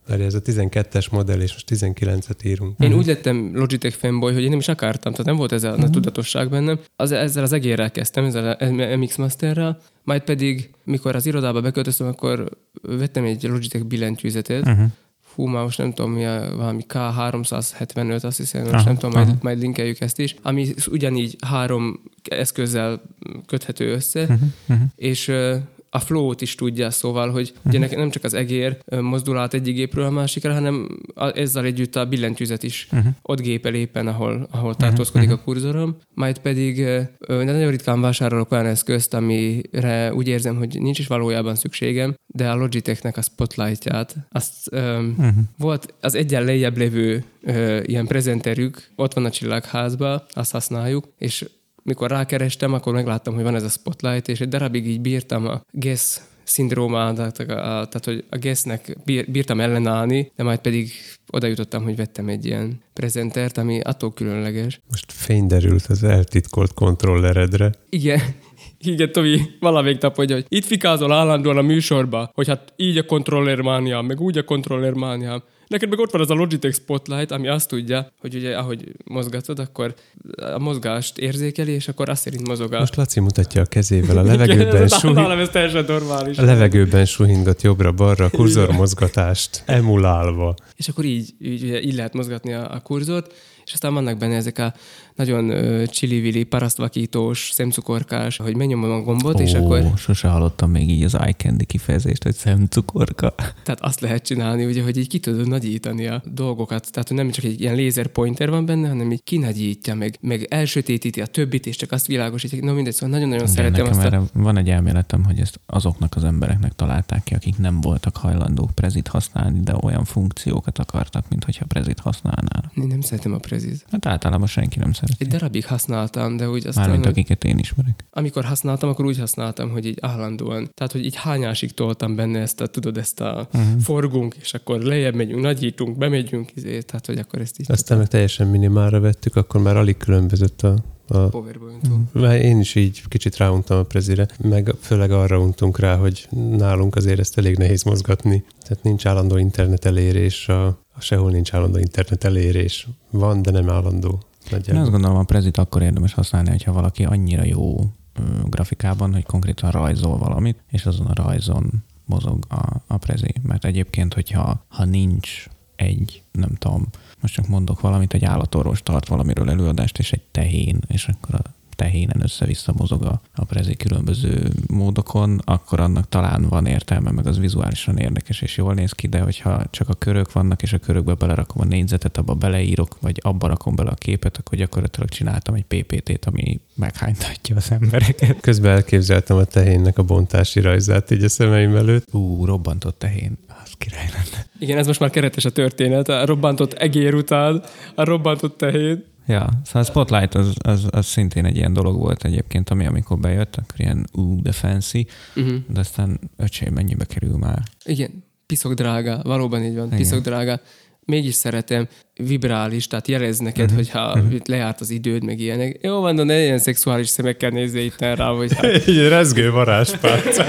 [SPEAKER 1] Várj, ez a tizenkettes modell, és most tizenkilencet írunk.
[SPEAKER 2] Én úgy lettem Logitech fanboy, hogy én nem is akartam, tehát nem volt ez a uh-huh. tudatosság bennem. Az, ezzel az egérrel kezdtem, ezzel a em iksz Masterrel, majd pedig, mikor az irodába beköltöztem, akkor vettem egy Logitech billentyűzetet. Uh-huh. Hú, már most nem tudom, mi a, valami ká háromszázhetvenöt, azt hiszem, most aha, nem tudom, majd, majd linkeljük ezt is, ami ugyanígy három eszközzel köthető össze, uh-huh, uh-huh. és a flow-t is tudja, szóval, hogy uh-huh. ugye nem csak az egér mozdul át egyik gépről a másikra, hanem ezzel együtt a billentyűzet is uh-huh. ott gépel éppen, ahol, ahol tartózkodik uh-huh. a kurzorom. Majd pedig de nagyon ritkán vásárolok olyan eszközt, amire úgy érzem, hogy nincs is valójában szükségem, de a Logitechnek a Spotlight-ját, azt um, uh-huh. volt az egyen lejjebb lévő uh, ilyen prezenterük, ott van a Csillagházban, azt használjuk, és mikor rákerestem, akkor megláttam, hogy van ez a Spotlight, és egy darabig így bírtam a Guess szindrómát, tehát, tehát hogy a Guessnek bírtam ellenállni, de majd pedig oda jutottam, hogy vettem egy ilyen prezentert, ami attól különleges.
[SPEAKER 1] Most fény derült az eltitkolt kontrolleredre.
[SPEAKER 2] Igen. Igen, Tomi, valamelyik nap, hogy, hogy itt fikázol állandóan a műsorba, hogy hát így a kontrollermániám, meg úgy a kontrollermániám. Neked meg ott van az a Logitech Spotlight, ami azt tudja, hogy ugye ahogy mozgatod, akkor a mozgást érzékeli, és akkor azt szerint mozog.
[SPEAKER 1] Most Laci mutatja a kezével a levegőben,
[SPEAKER 2] suhin... ez teljesen normális.
[SPEAKER 1] A levegőben suhingat jobbra-balra a kurzormozgatást emulálva.
[SPEAKER 2] És akkor így, így, így lehet mozgatni a, a kurzort, és aztán vannak benne ezek a nagyon uh, csili-vili, parasztvakítós, szemcukorkás, hogy megnyomom a gombot,
[SPEAKER 3] Ó,
[SPEAKER 2] és akkor...
[SPEAKER 3] sose hallottam még így az eye candy kifejezést, hogy szemcukorka.
[SPEAKER 2] Tehát azt lehet csinálni, ugye, hogy így ki tudod nagyítani a dolgokat. Tehát, hogy nem csak egy ilyen laser pointer van benne, hanem így kinagyítja, meg, meg elsötétíti a többit, és csak azt világosítja. Na mindegy, szóval nagyon-nagyon szeretem azt a...
[SPEAKER 3] Van egy elméletem, hogy ezt azoknak az embereknek találták ki, akik nem voltak hajlandók prezit használni, de olyan funkciókat akartak, mint hogyha prezit használnának.
[SPEAKER 2] Én nem szeretem a prezit.
[SPEAKER 3] Hát általában senki nem szeret.
[SPEAKER 2] Egy darabig használtam, de úgy aztán...
[SPEAKER 3] Mármint akiket én ismerek.
[SPEAKER 2] Amikor használtam, akkor úgy használtam, hogy így állandóan. Tehát, hogy így hányásig toltam benne ezt a, tudod, ezt a uh-huh. forgunk, és akkor lejjebb megyünk, nagyítunk, bemegyünk, izé, tehát, hogy akkor ezt így...
[SPEAKER 1] Aztán meg teljesen minimálra vettük, akkor már alig különbözött a... a...
[SPEAKER 2] Powerpoint-tól.
[SPEAKER 1] Én is így kicsit ráuntam a prezire, meg főleg arra untunk rá, hogy nálunk azért ezt elég nehéz mozgatni. Tehát nincs állandó internet elérés, a, a sehol nincs állandó internet elérés. Van, de nem állandó.
[SPEAKER 3] Én azt gondolom, a prezit akkor érdemes használni, hogyha valaki annyira jó ö, grafikában, hogy konkrétan rajzol valamit, és azon a rajzon mozog a, a prezi. Mert egyébként, hogyha ha nincs egy, nem tudom, most csak mondok valamit, egy állatorvos tart valamiről előadást, és egy tehén, és akkor a tehénen össze-vissza mozog a, a prezi különböző módokon, akkor annak talán van értelme, meg az vizuálisan érdekes és jól néz ki, de hogyha csak a körök vannak, és a körökbe belerakom a négyzetet, abba beleírok, vagy abba rakom bele a képet, akkor gyakorlatilag csináltam egy pé pé té-t, ami meghánytatja az embereket.
[SPEAKER 1] Közben elképzeltem a tehénnek a bontási rajzát így a szemeim előtt.
[SPEAKER 3] Ú, robbantott tehén. Az király lenne.
[SPEAKER 2] Igen, ez most már keretes a történet. A robbantott egér után a robbantott tehén.
[SPEAKER 3] Ja, szóval a Spotlight az, az, az szintén egy ilyen dolog volt egyébként, ami amikor bejött, akkor ilyen ú, de fancy, uh-huh. de aztán öcsém, mennyibe kerül már?
[SPEAKER 2] Igen, piszok drága, valóban így van, piszok drága. Mégis szeretem, vibrális, tehát jelez neked, uh-huh. hogyha uh-huh. lejárt az időd, meg ilyenek. Jó van, de ne ilyen szexuális szemekkel nézzél itt rá, hogy... Hát...
[SPEAKER 1] Így rezgő varázspálca.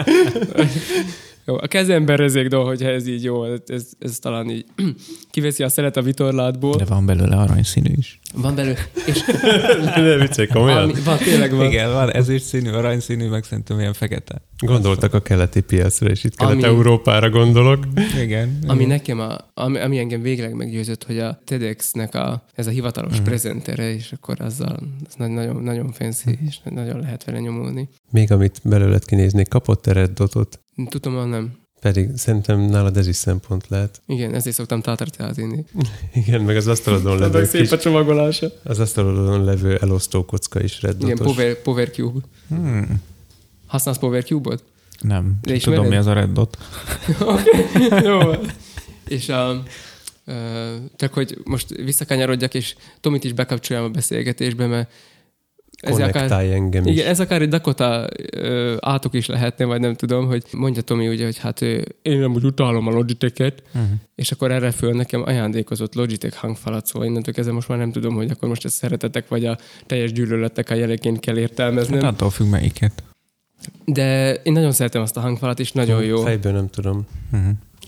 [SPEAKER 2] Jó, a kezemben rezeg, de hogyha ez így jó, ez, ez talán így kiveszi a szelet a vitorlátból.
[SPEAKER 3] De van belőle aranyszínű is.
[SPEAKER 2] Van belőle, és...
[SPEAKER 1] Ne viccelj, komolyan?
[SPEAKER 2] Van, tényleg van.
[SPEAKER 3] Igen, van ezüst színű, aranyszínű, meg szerintem ilyen fekete.
[SPEAKER 1] Gondoltak a keleti piacra, és itt Kelet-Európára gondolok.
[SPEAKER 3] Igen.
[SPEAKER 2] Ami
[SPEAKER 3] igen.
[SPEAKER 2] nekem, a, ami, ami engem végleg meggyőzött, hogy a TEDxnek a, ez a hivatalos uh-huh. prezentere, és akkor azzal az nagyon, nagyon fancy, uh-huh. és nagyon lehet vele nyomulni.
[SPEAKER 1] Még amit belőled kinéznék, kapott-e Red Dotot?
[SPEAKER 2] Tudom, hogy nem.
[SPEAKER 1] Pedig szerintem nálad ez is szempont lehet.
[SPEAKER 2] Igen, ezért szoktam tátarteát inni.
[SPEAKER 1] Igen, meg az asztalodon levő
[SPEAKER 2] szép
[SPEAKER 1] kis,
[SPEAKER 2] a csomagolása.
[SPEAKER 1] Az asztalodon levő elosztó kocka is Red Dotos.
[SPEAKER 2] Igen, Power, Power Cube. Hmm. Használsz Power Cube-ot?
[SPEAKER 3] Nem. Tudom, mi az a Red Dot.
[SPEAKER 2] Oké, jó. És a... Uh, csak hogy most visszakanyarodjak, és Tomit is bekapcsoljam a beszélgetésbe, mert ez akár,
[SPEAKER 1] engem is.
[SPEAKER 2] Igen, ez akár egy Dakota uh, átok is lehetne, vagy nem tudom, hogy mondja Tomi ugye, hogy hát én nem úgy utálom a Logitech-et, uh-huh. és akkor erre föl nekem ajándékozott Logitech hangfalat, szóval innentől kezdve most már nem tudom, hogy akkor most ez szeretetek, vagy a teljes gyűlöletnek a jeleként kell értelmeznem.
[SPEAKER 3] Hát attól függ melyiket.
[SPEAKER 2] De én nagyon szeretem azt a hangfalat, és nagyon jó.
[SPEAKER 1] Fejből nem tudom.
[SPEAKER 3] Uh-huh.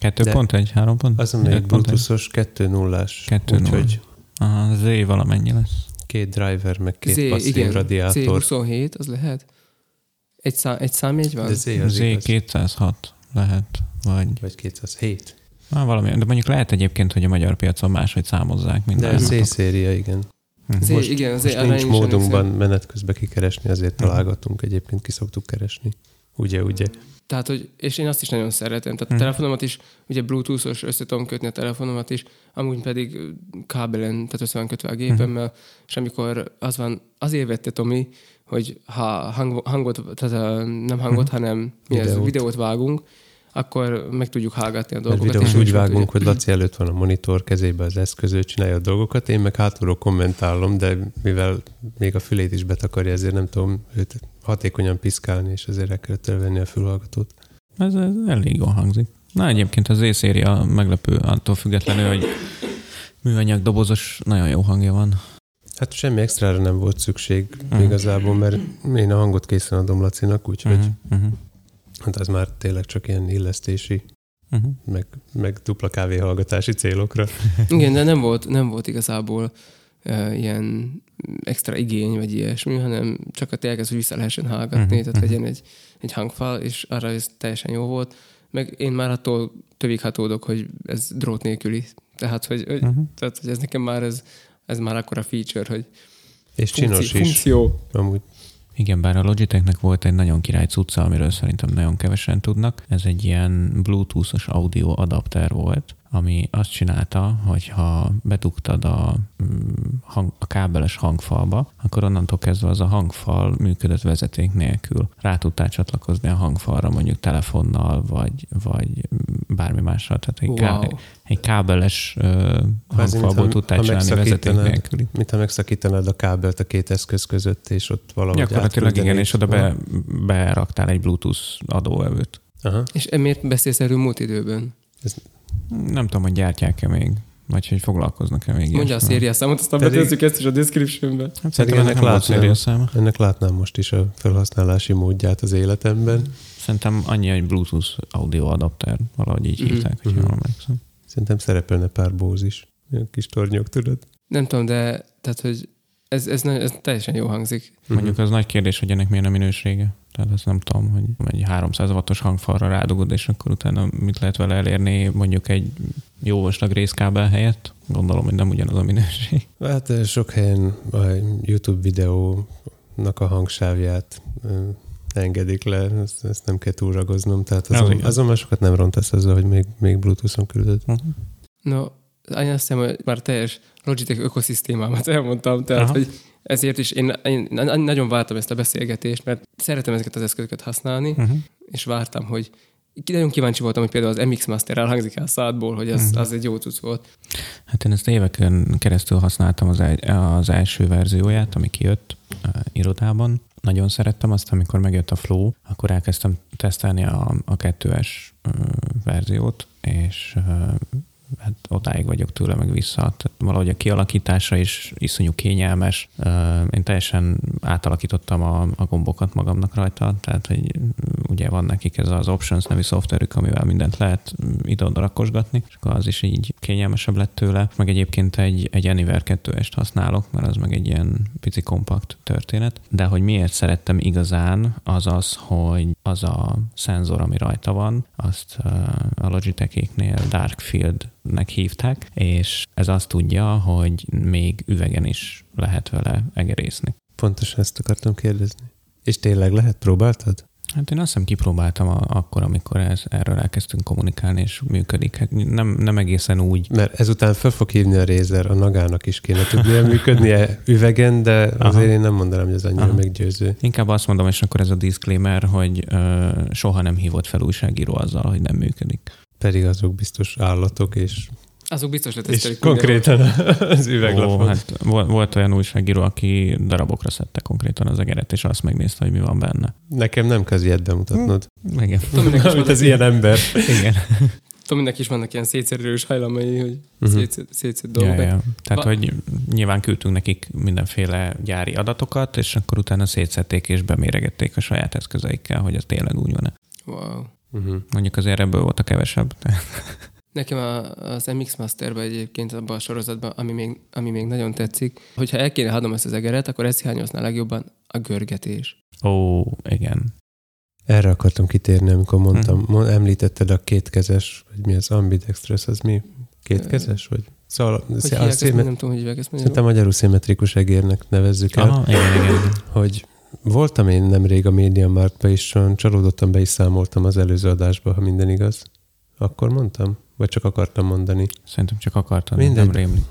[SPEAKER 3] kettő pont egy, három pont?
[SPEAKER 1] Az, amelyik Bluetooth-os kettő nullás.
[SPEAKER 3] kettő nulla. Úgyhogy aha, Z valamennyi lesz.
[SPEAKER 1] Két driver, meg két
[SPEAKER 2] Z,
[SPEAKER 1] passzív
[SPEAKER 2] igen,
[SPEAKER 1] radiátor.
[SPEAKER 2] Z huszonhét, az lehet? Egy, szám, egy számjegy van?
[SPEAKER 1] De Z, az
[SPEAKER 3] Z kétszázhat lehet, vagy...
[SPEAKER 1] Vagy kétszázhét.
[SPEAKER 3] Na, valami, de mondjuk lehet egyébként, hogy a magyar piacon máshogy számozzák. Mint
[SPEAKER 1] de ez Z-széria, igen.
[SPEAKER 2] Z,
[SPEAKER 1] Most,
[SPEAKER 2] igen, Z,
[SPEAKER 1] most nincs módunkban menet közben kikeresni, azért találgatunk, egyébként ki szoktuk keresni. Ugye, ugye?
[SPEAKER 2] Tehát, hogy, és én azt is nagyon szeretem. Tehát a telefonomat is, ugye Bluetooth-os össze tudom kötni a telefonomat is, amúgy pedig kábelen, tehát össze van kötve a gépemmel, és amikor az van, azért vette Tomi, hogy ha hang, hangot, tehát nem hangot, hanem mi videót. Ez, videót vágunk, akkor meg tudjuk hallgatni a dolgokat.
[SPEAKER 1] Mert videót úgy vágunk, hogy Laci előtt van a monitor, kezébe az eszköz, ő csinálja a dolgokat, én meg hátulról kommentálom, de mivel még a fülét is betakarja, ezért nem tudom őt hatékonyan piszkálni, és ezért el kellett elvenni a fülhallgatót.
[SPEAKER 3] Ez, ez elég jól hangzik. Na, egyébként az Z-széria meglepő, attól függetlenül, hogy műanyag dobozos, nagyon jó hangja van.
[SPEAKER 1] Hát semmi extrára nem volt szükség uh-huh. igazából, mert én a hangot készen adom Lacinak, úgyhogy uh-huh. Uh-huh. hát az már tényleg csak ilyen illesztési, uh-huh. meg, meg dupla kávéhallgatási célokra.
[SPEAKER 2] Igen, de nem volt, nem volt igazából uh, ilyen extra igény, vagy ilyesmi, hanem csak a tényleg ez, hogy vissza lehessen hallgatni, uh-huh. tehát legyen egy, egy hangfal, és arra ez teljesen jó volt. Meg én már attól tövig hatódok, hogy ez drót nélküli. Tehát, hogy, hogy, uh-huh. tehát, hogy ez nekem már ez, ez már akkora feature, hogy
[SPEAKER 1] és csinos
[SPEAKER 2] funkció,
[SPEAKER 1] is.
[SPEAKER 2] Funkció.
[SPEAKER 1] Amúgy.
[SPEAKER 3] Igen, bár a Logitechnek volt egy nagyon király cucca, amiről szerintem nagyon kevesen tudnak. Ez egy ilyen Bluetooth-os audio adapter volt, ami azt csinálta, hogy ha bedugtad a, hang, a kábeles hangfalba, akkor onnantól kezdve az a hangfal működött vezeték nélkül. Rá tudtál csatlakozni a hangfalra, mondjuk telefonnal, vagy, vagy bármi mással. Tehát egy,
[SPEAKER 2] wow.
[SPEAKER 3] ká, egy kábeles uh, hangfalból tudtál csinálni vezeték nélküli.
[SPEAKER 1] Mintha megszakítanád a kábelt a két eszköz között, és ott valahogy
[SPEAKER 3] gyakorlatilag igen, és oda be, beraktál egy Bluetooth adóevőt.
[SPEAKER 2] Aha. És miért beszélsz erről múlt időben?
[SPEAKER 3] Ez... Nem tudom, hogy gyártják-e még, vagy hogy foglalkoznak-e még.
[SPEAKER 2] Mondja a szériás számot, aztán pedig... betezzük ezt is a descriptionbe.
[SPEAKER 3] Hát szerintem ennek, látnám,
[SPEAKER 1] ennek látnám most is a felhasználási módját az életemben.
[SPEAKER 3] Szerintem annyi egy Bluetooth audio adapter, valahogy így mm-hmm. hívták, hogy mm-hmm. jól emlékszem.
[SPEAKER 1] Szerintem szerepelne pár Bose is. Ilyen kis tornyok, tudod?
[SPEAKER 2] Nem tudom, de tehát, hogy ez, ez, ez teljesen jó hangzik.
[SPEAKER 3] Mondjuk az nagy kérdés, hogy ennek milyen a minősége. Tehát azt nem tudom, hogy egy háromszáz wattos hangfalra rádugod, és akkor utána mit lehet vele elérni, mondjuk egy jó vastag részkábel helyett. Gondolom, hogy nem ugyanaz a minőség.
[SPEAKER 1] Hát sok helyen a YouTube videónak a hangsávját engedik le, ezt, ezt nem kell túlragoznom, tehát azon, azon már sokat nem rontasz azzal, hogy még, még Bluetooth-on küldöd. Uh-huh.
[SPEAKER 2] No, én azt hiszem, hogy már teljes Logitech ökoszisztémámat elmondtam, tehát,
[SPEAKER 3] Aha.
[SPEAKER 2] hogy ezért is én, én nagyon vártam ezt a beszélgetést, mert szeretem ezeket az eszközöket használni, uh-huh. és vártam, hogy nagyon kíváncsi voltam, hogy például az em iksz Master elhangzik el szádból, hogy az, uh-huh. az egy jó cucc volt.
[SPEAKER 3] Hát én ezt éveken keresztül használtam az, egy, az első verzióját, ami kijött uh, irodában. Nagyon szerettem azt, amikor megjött a Flow, akkor elkezdtem tesztelni a, a kettős uh, verziót, és uh, hát odáig vagyok tőle meg vissza. Tehát valahogy a kialakítása is iszonyú kényelmes. Én teljesen átalakítottam a, a gombokat magamnak rajta, tehát hogy ugye van nekik ez az Options nevű szoftverük, amivel mindent lehet ide-oda rakosgatni, és akkor az is így kényelmesebb lett tőle. Meg egyébként egy, egy Anywhere kettőest használok, mert az meg egy ilyen pici kompakt történet. De hogy miért szerettem igazán, az az, hogy az a szenzor, ami rajta van, azt a Logitech-éknél Dark Field nek hívták, és ez azt tudja, hogy még üvegen is lehet vele egerészni.
[SPEAKER 1] Pontosan ezt akartam kérdezni. És tényleg lehet? Próbáltad?
[SPEAKER 3] Hát én azt hiszem kipróbáltam a, akkor, amikor ez, erről elkezdtünk kommunikálni, és működik. Hát nem, nem egészen úgy. Mert
[SPEAKER 1] ezután fel fog hívni a Razer, a Nagának is kéne tudnia működnie üvegen, de azért Aha. én nem mondanám, hogy ez annyira Aha. meggyőző.
[SPEAKER 3] Inkább azt mondom, és akkor ez a disclaimer, hogy ö, soha nem hívott fel újságíró azzal, hogy nem működik.
[SPEAKER 1] Pedig azok biztos állatok, és...
[SPEAKER 2] Azok biztos letesztelik.
[SPEAKER 1] És konkrétan az üveglapot.
[SPEAKER 3] Ó, hát volt olyan újságíró, aki darabokra szedte konkrétan az egeret, és azt megnézte, hogy mi van benne.
[SPEAKER 1] Nekem nem kell ilyet bemutatnod.
[SPEAKER 3] Hm. Igen.
[SPEAKER 1] Amit az ilyen ember.
[SPEAKER 3] Igen.
[SPEAKER 2] Tominek is vannak ilyen szétszerülős hajlamai, hogy uh-huh. szétszed dolgok.
[SPEAKER 3] Ja, ja. Tehát, ba- hogy nyilván küldtünk nekik mindenféle gyári adatokat, és akkor utána szétszedték és beméregették a saját eszközeikkel, hogy ez tényleg úgy van-e.
[SPEAKER 2] Wow.
[SPEAKER 3] Uh-huh. Mondjuk azért ebből volt a kevesebb.
[SPEAKER 2] Nekem a, az em iksz Masterben egyébként abban a sorozatban, ami még, ami még nagyon tetszik, hogyha el kéne hadnom ezt az egeret, akkor ezt hiányozná legjobban a görgetés.
[SPEAKER 3] Ó, igen.
[SPEAKER 1] Erre akartam kitérni, amikor mondtam, hmm. említetted a kétkezes, vagy mi az ambidextrous, az mi? Kétkezes? Vagy? Szóval,
[SPEAKER 2] hogy hívják ezt, szémet... nem tudom, hogy hívják ezt.
[SPEAKER 1] Szerintem magyarul szimmetrikus egérnek nevezzük el.
[SPEAKER 3] Aha, igen, igen.
[SPEAKER 1] Hogy voltam én nemrég a MediaMarktba is, csalódottan be is számoltam az előző adásba, ha minden igaz. Akkor mondtam? Vagy csak akartam mondani?
[SPEAKER 3] Szerintem csak akartam, nem rémlik.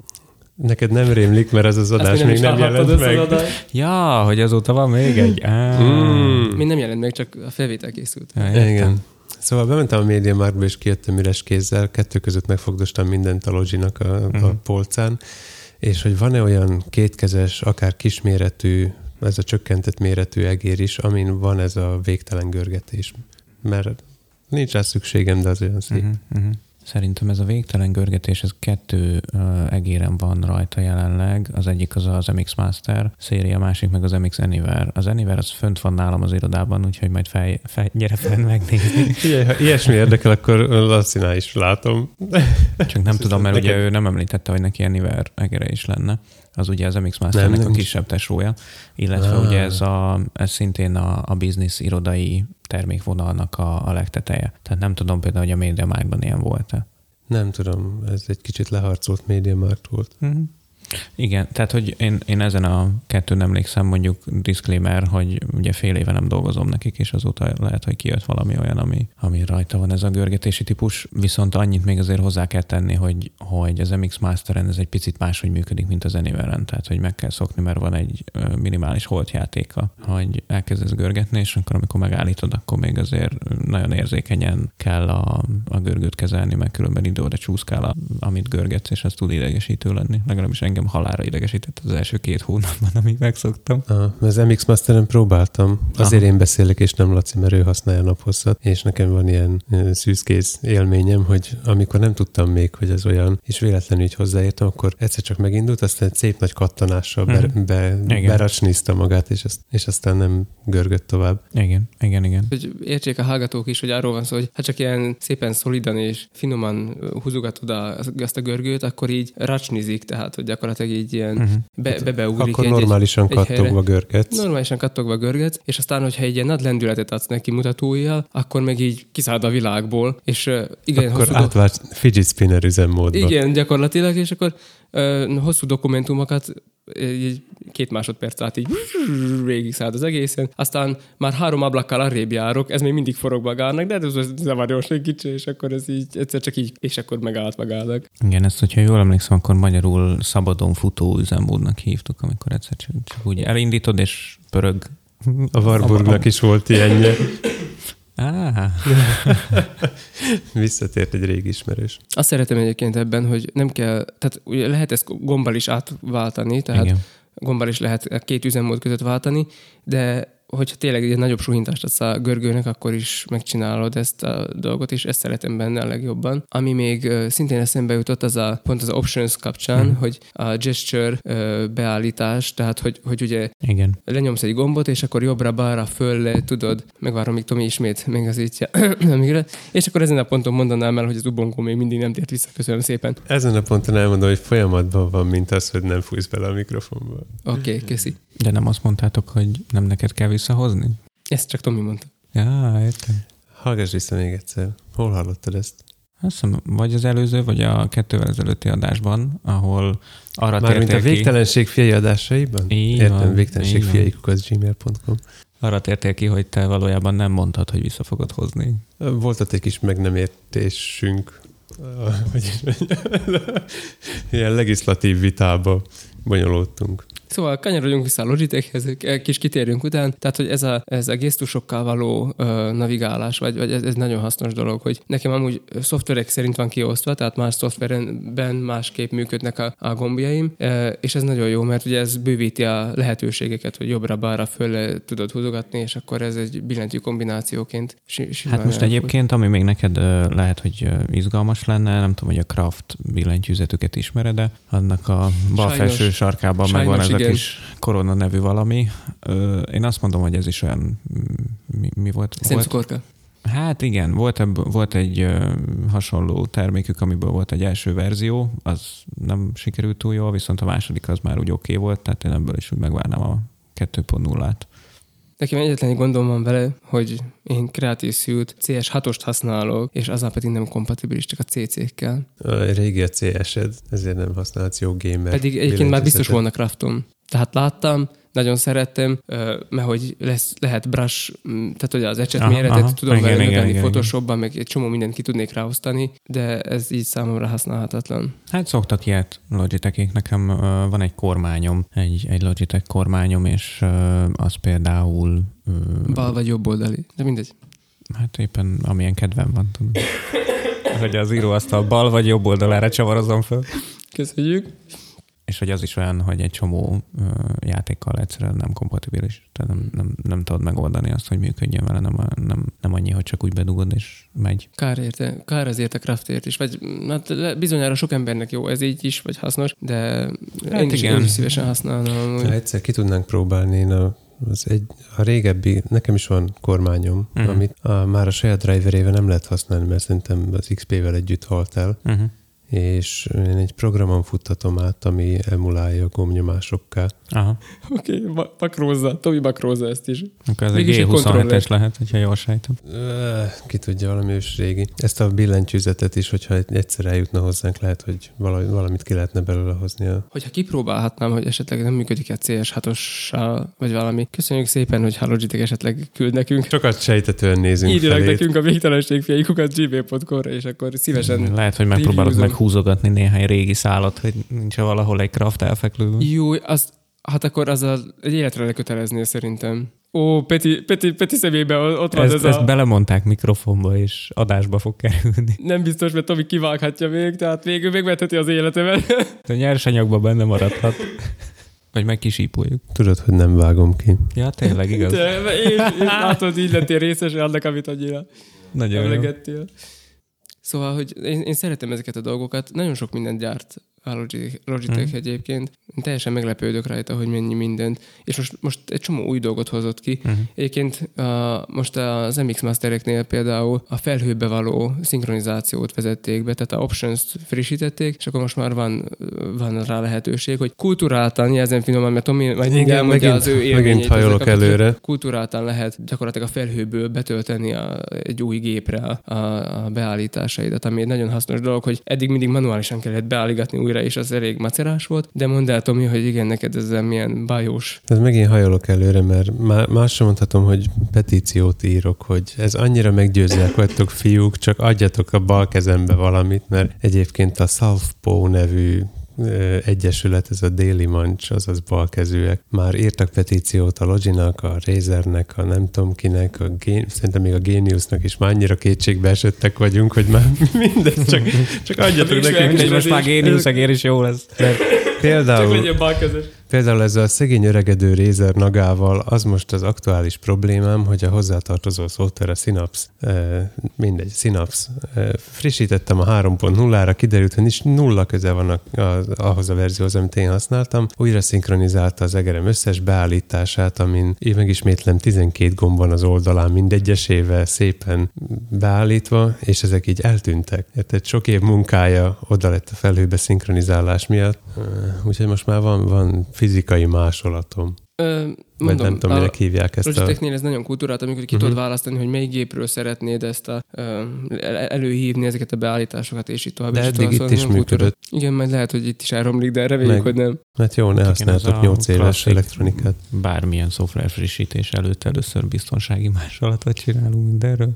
[SPEAKER 1] Neked nem rémlik, mert ez az adás még nem jelent meg.
[SPEAKER 3] Ja, hogy azóta van még egy.
[SPEAKER 1] Mm.
[SPEAKER 2] Még nem jelent meg, csak a felvétel készült.
[SPEAKER 3] Ja,
[SPEAKER 1] igen. Szóval bementem a MediaMarktba, és kijöttem üres kézzel, kettő között megfogdostam mindent a Loginak a, uh-huh. a polcán, és hogy van-e olyan kétkezes, akár kisméretű, ez a csökkentett méretű egér is, amin van ez a végtelen görgetés. Mert nincs rá szükségem, de az olyan szép.
[SPEAKER 3] Uh-huh, uh-huh. Szerintem ez a végtelen görgetés, ez kettő uh, egéren van rajta jelenleg. Az egyik az az em iksz Master széria, a másik meg az em iksz Anywhere. Az Anywhere az fönt van nálam az irodában, úgyhogy majd fel, fel, gyere fel megnézni.
[SPEAKER 1] Figyelj, ha ilyesmi érdekel, akkor Lacinál is látom.
[SPEAKER 3] Csak nem tudom, mert ugye ő nem említette, hogy neki Anywhere egere is lenne. Az ugye az em iksz Masternek nem, nem a kisebb tesója, illetve ah. ugye ez, a, ez szintén a, a business irodai termékvonalnak a, a legteteje. Tehát nem tudom például, hogy a MediaMarktban ilyen volt-e.
[SPEAKER 1] Nem tudom, ez egy kicsit leharcolt MediaMarkt volt.
[SPEAKER 3] Mm-hmm. Igen, tehát hogy én, én ezen a kettőn emlékszem, mondjuk disclaimer, hogy ugye fél éve nem dolgozom nekik, és azóta lehet, hogy kijött valami olyan, ami, ami rajta van ez a görgetési típus, viszont annyit még azért hozzá kell tenni, hogy, hogy az em iksz Masteren ez egy picit máshogy működik, mint az Anywhere-en, tehát hogy meg kell szokni, mert van egy minimális holtjátéka, hogy elkezdesz görgetni, és akkor amikor megállítod, akkor még azért nagyon érzékenyen kell a, a görgőt kezelni, meg különben időre csúszkál, a, amit görgetsz, és az tud idegesítő lenni. Legalábbis engem halálra idegesített az első két hónapban, amíg megszoktam.
[SPEAKER 1] Ah, az em iksz Masteren próbáltam. Azért Aha. én beszélek, és nem Laci, mert ő használja naphosszat, és nekem van ilyen szűzkész élményem, hogy amikor nem tudtam még, hogy ez olyan, és véletlenül így hozzáértem, akkor egyszer csak megindult, aztán egy szép nagy kattanással be, be, beracsnizta magát, és, ezt, és aztán nem görgött tovább.
[SPEAKER 3] Igen, igen, igen.
[SPEAKER 2] Hogy értsék a hallgatók is, hogy arról van szó, hogy ha csak ilyen szépen szolidan és finoman húzogatod azt a görgőt, akkor így racsnizik, tehát hogy gyakorlatilag így ilyen uh-huh. be, bebeugrik.
[SPEAKER 1] Akkor egy, normálisan egy, kattogva egy görgetsz.
[SPEAKER 2] Normálisan kattogva görgetsz, és aztán, hogyha egy ilyen nagy lendületet adsz neki mutatóijjal, akkor meg így kiszállt a világból, és uh, igen,
[SPEAKER 1] akkor hosszú átvált do... fidget spinner üzemmódba.
[SPEAKER 2] Igen, gyakorlatilag, és akkor uh, hosszú dokumentumokat így két másodperc át így végig szállt az egészen. Aztán már három ablakkal arrébb járok, ez még mindig forog magának, de ez zavarjós egy kicsi, és akkor ez így egyszer csak így, és akkor megállt magának.
[SPEAKER 3] Igen, ezt, hogyha jól emlékszem, akkor magyarul szabadon futó üzemmódnak hívtuk, amikor egyszer csak, csak úgy elindítod, és pörög.
[SPEAKER 1] A Warburgnak is volt ilyenje.
[SPEAKER 3] Ah.
[SPEAKER 1] Visszatért egy régi ismerős.
[SPEAKER 2] Azt szeretem egyébként ebben, hogy nem kell, tehát ugye lehet ezt gombbal is átváltani, tehát igen. Gombbal is lehet két üzemmód között váltani, de hogyha tényleg egy nagyobb suhintást adsz a görgőnek, akkor is megcsinálod ezt a dolgot, és ezt szeretem benne a legjobban. Ami még uh, szintén eszembe jutott, az a pont az options kapcsán, hmm. hogy a gesture uh, beállítás, tehát hogy, hogy ugye
[SPEAKER 3] igen.
[SPEAKER 2] lenyomsz egy gombot, és akkor jobbra-balra föl tudod, megvárom, míg Tomi ismét megazítja, és akkor ezen a ponton mondanám el, hogy az ubongó még mindig nem tért vissza. Köszönöm szépen.
[SPEAKER 1] Ezen a ponton elmondom, hogy folyamatban van, mint az, hogy nem fújsz bele a mikrofonba.
[SPEAKER 2] Oké, okay, köszi.
[SPEAKER 3] De nem azt mondtátok, hogy nem neked kell visszahozni?
[SPEAKER 2] Ezt csak Tomi mondta.
[SPEAKER 3] Ja, értem.
[SPEAKER 1] Hallgass vissza még egyszer. Hol hallottad ezt?
[SPEAKER 3] Azt hiszem, vagy az előző, vagy a kettővel ezelőtti adásban, ahol arra
[SPEAKER 1] már mint a
[SPEAKER 3] ki...
[SPEAKER 1] végtelenség fiai adásaiban?
[SPEAKER 3] Így
[SPEAKER 1] Értem,
[SPEAKER 3] van,
[SPEAKER 1] végtelenség fiaik az gmail pont com.
[SPEAKER 3] Arra tértél ki, hogy te valójában nem mondtad, hogy vissza fogod hozni.
[SPEAKER 1] Volt ott egy kis meg nem értésünk. Ilyen legislatív vitába bonyolódtunk.
[SPEAKER 2] Szóval kanyarodjunk vissza a Logitechhez, kis kitérjünk után, tehát, hogy ez a, ez a gesztusokkal való uh, navigálás, vagy, vagy ez, ez nagyon hasznos dolog, hogy nekem amúgy szoftverek szerint van kiosztva, tehát más szoftverenben másképp működnek a, a gombjaim, uh, és ez nagyon jó, mert ugye ez bővíti a lehetőségeket, hogy jobbra-balra föl tudod húzogatni, és akkor ez egy billentyű kombinációként.
[SPEAKER 3] Hát most egyébként, ami még neked uh, lehet, hogy izgalmas lenne, nem tudom, hogy a Craft billentyűzetüket ismered, de annak a bal felső sarkában megvan ez a kis Korona nevű valami. Én azt mondom, hogy ez is olyan... Mi, mi volt?
[SPEAKER 2] Szemcukorka.
[SPEAKER 3] Hát igen, volt, ebb, volt egy ö, hasonló termékük, amiből volt egy első verzió, az nem sikerült túl jól, viszont a második az már úgy oké okay volt, tehát én ebből is úgy megvárnám a kettő pont nullát.
[SPEAKER 2] Nekem egyetlen egy gondom van vele, hogy én Creative Suite cé es hatost használok, és azzal pedig nem kompatibilis, csak a cé cé-kkel.
[SPEAKER 1] A régi a cé es-ed, ezért nem használhatsz jó gamer.
[SPEAKER 2] Pedig egyébként már biztos volna craftom. Tehát láttam, nagyon szerettem, mert hogy lesz, lehet brush, tehát hogy az ecset méretet aha, tudom vele növelni Photoshopban, meg egy csomó mindent ki tudnék ráosztani, de ez így számomra használhatatlan.
[SPEAKER 3] Hát szoktak ilyet Logitechik. Nekem uh, van egy kormányom, egy, egy Logitech kormányom, és uh, az például... Uh,
[SPEAKER 2] Bal vagy jobb oldali, de mindegy.
[SPEAKER 3] Hát éppen amilyen kedvem van, tudom. Hogy az íróasztal bal vagy jobb oldalára csavarozom föl.
[SPEAKER 2] Köszönjük.
[SPEAKER 3] És hogy az is olyan, hogy egy csomó ö, játékkal egyszerűen nem kompatibilis. Tehát nem, nem, nem tudod megoldani azt, hogy működjön vele, nem, nem, nem annyi, hogy csak úgy bedugod és megy.
[SPEAKER 2] Kár érte, kár azért a craftért is. Vagy hát bizonyára sok embernek jó ez így is, vagy hasznos, de hát én, is, én is szívesen használom.
[SPEAKER 1] Ha egyszer ki tudnánk próbálni, én a, az egy, a régebbi, nekem is van kormányom, uh-huh. amit a, már a saját driverével nem lehet használni, mert szerintem az iksz pé-vel együtt halt el. Uh-huh. És én egy programon futtatom át, ami emulálja a gombnyomásokká.
[SPEAKER 3] Aha.
[SPEAKER 2] Oké, okay, makrózza, Tomi makrózza ezt is.
[SPEAKER 3] Akkor ez egy gé huszonhetes lehet, hogyha jól sejtem.
[SPEAKER 1] Ki tudja, valami ős régi. Ezt a billentyűzetet is, hogyha egyszer eljutna hozzánk, lehet, hogy valamit ki lehetne belőle hozni.
[SPEAKER 2] Hogyha kipróbálhatnám, hogy esetleg nem működik egy cé es hatossal, vagy valami. Köszönjük szépen, hogy Logitech esetleg küld nekünk.
[SPEAKER 1] Sokat sejtetően nézünk
[SPEAKER 2] írjanak nekünk a végtelenség fiaikukat gmail pont com-ra, és akkor szívesen
[SPEAKER 3] lehet, hogy megpróbálod meghúzogatni néhány régi szálat, hogy nincs valahol egy craft elfeklő.
[SPEAKER 2] Jó, azt, hát akkor azzal egy életre leköteleznél szerintem. Ó, Peti, Peti, Peti szemében ott van
[SPEAKER 3] ezt,
[SPEAKER 2] ez
[SPEAKER 3] ezt
[SPEAKER 2] a...
[SPEAKER 3] belemondták mikrofonba, és adásba fog kerülni.
[SPEAKER 2] Nem biztos, mert Tomi kivághatja még, tehát végül megvetheti az életemet.
[SPEAKER 3] A nyersanyagban benne maradhat. Vagy megkisípoljuk.
[SPEAKER 1] Tudod, hogy nem vágom ki.
[SPEAKER 3] Ja, tényleg igaz.
[SPEAKER 2] De, és, és látod, így lettél részes annak, amit annyira emlegettél. Szóval, hogy én, én szeretem ezeket a dolgokat. Nagyon sok mindent gyárt a Logitech, Logitech hmm. egyébként. Én teljesen meglepődök rajta, hogy mennyi mindent. És most, most egy csomó új dolgot hozott ki. Hmm. Egyébként a, most az em iksz Mastereknél például a felhőbe való szinkronizációt vezették be, tehát a options-t frissítették, és akkor most már van, van rá lehetőség, hogy kulturáltan, ezen finoman, mert Tomi majd elmondja az ő élményét.
[SPEAKER 1] Megint hajolok előre.
[SPEAKER 2] Kulturáltan lehet gyakorlatilag a felhőből betölteni a, egy új gépre a, a beállításaidat, ami egy nagyon hasznos dolog, hogy eddig mindig manuálisan kellett beállítani újra, és az elég macerás volt, de mondd el, Tomi, hogy igen, neked ezzel milyen bajós.
[SPEAKER 1] Ez megint hajolok előre, mert más sem mondhatom, hogy petíciót írok, hogy ez annyira meggyőzőek vagytok, fiúk, csak adjatok a bal kezembe valamit, mert egyébként a Southpaw nevű egyesület, ez a Daily Munch, azaz balkezűek. Már írtak petíciót a Loginak, a Razernek, a nem tudom kinek, a Gen- szerintem még a Geniusnak is már annyira kétségbe esettek vagyunk, hogy már mindegy, csak, csak adjatok nekünk.
[SPEAKER 3] És most már Genius egér is jó lesz.
[SPEAKER 1] Például, például ez a szegény öregedő Razer nagával az most az aktuális problémám, hogy a hozzátartozó szoftver a Synapse, eh, mindegy, Synapse. Eh, frissítettem a három pont nullára, kiderült, hogy nincs nulla köze van a, a, ahhoz a verzióhoz, amit én használtam. Újra szinkronizálta az egerem összes beállítását, amin én megismétlem tizenkét gomb van az oldalán, mindegyesével szépen beállítva, és ezek így eltűntek. Tehát sok év munkája oda lett a felhőbe szinkronizálás miatt. Úgyhogy most már van, van fizikai másolatom.
[SPEAKER 2] Ö,
[SPEAKER 1] Vagy
[SPEAKER 2] mondom,
[SPEAKER 1] nem tudom, mire hívják ezt a...
[SPEAKER 2] Logitechnél ez nagyon kultúrát, amikor ki uh-huh. tudod választani, hogy melyik gépről szeretnéd ezt a, ö, előhívni ezeket a beállításokat, és itt tovább.
[SPEAKER 1] De eddig
[SPEAKER 2] tovább,
[SPEAKER 1] itt is működött.
[SPEAKER 2] Igen, majd lehet, hogy itt is elromlik, de reméljük, hogy nem.
[SPEAKER 1] Mert jó, ne használtok nyolc éves elektronikát.
[SPEAKER 3] Bármilyen szoftver frissítés előtt először biztonsági másolatot csinálunk mindenről.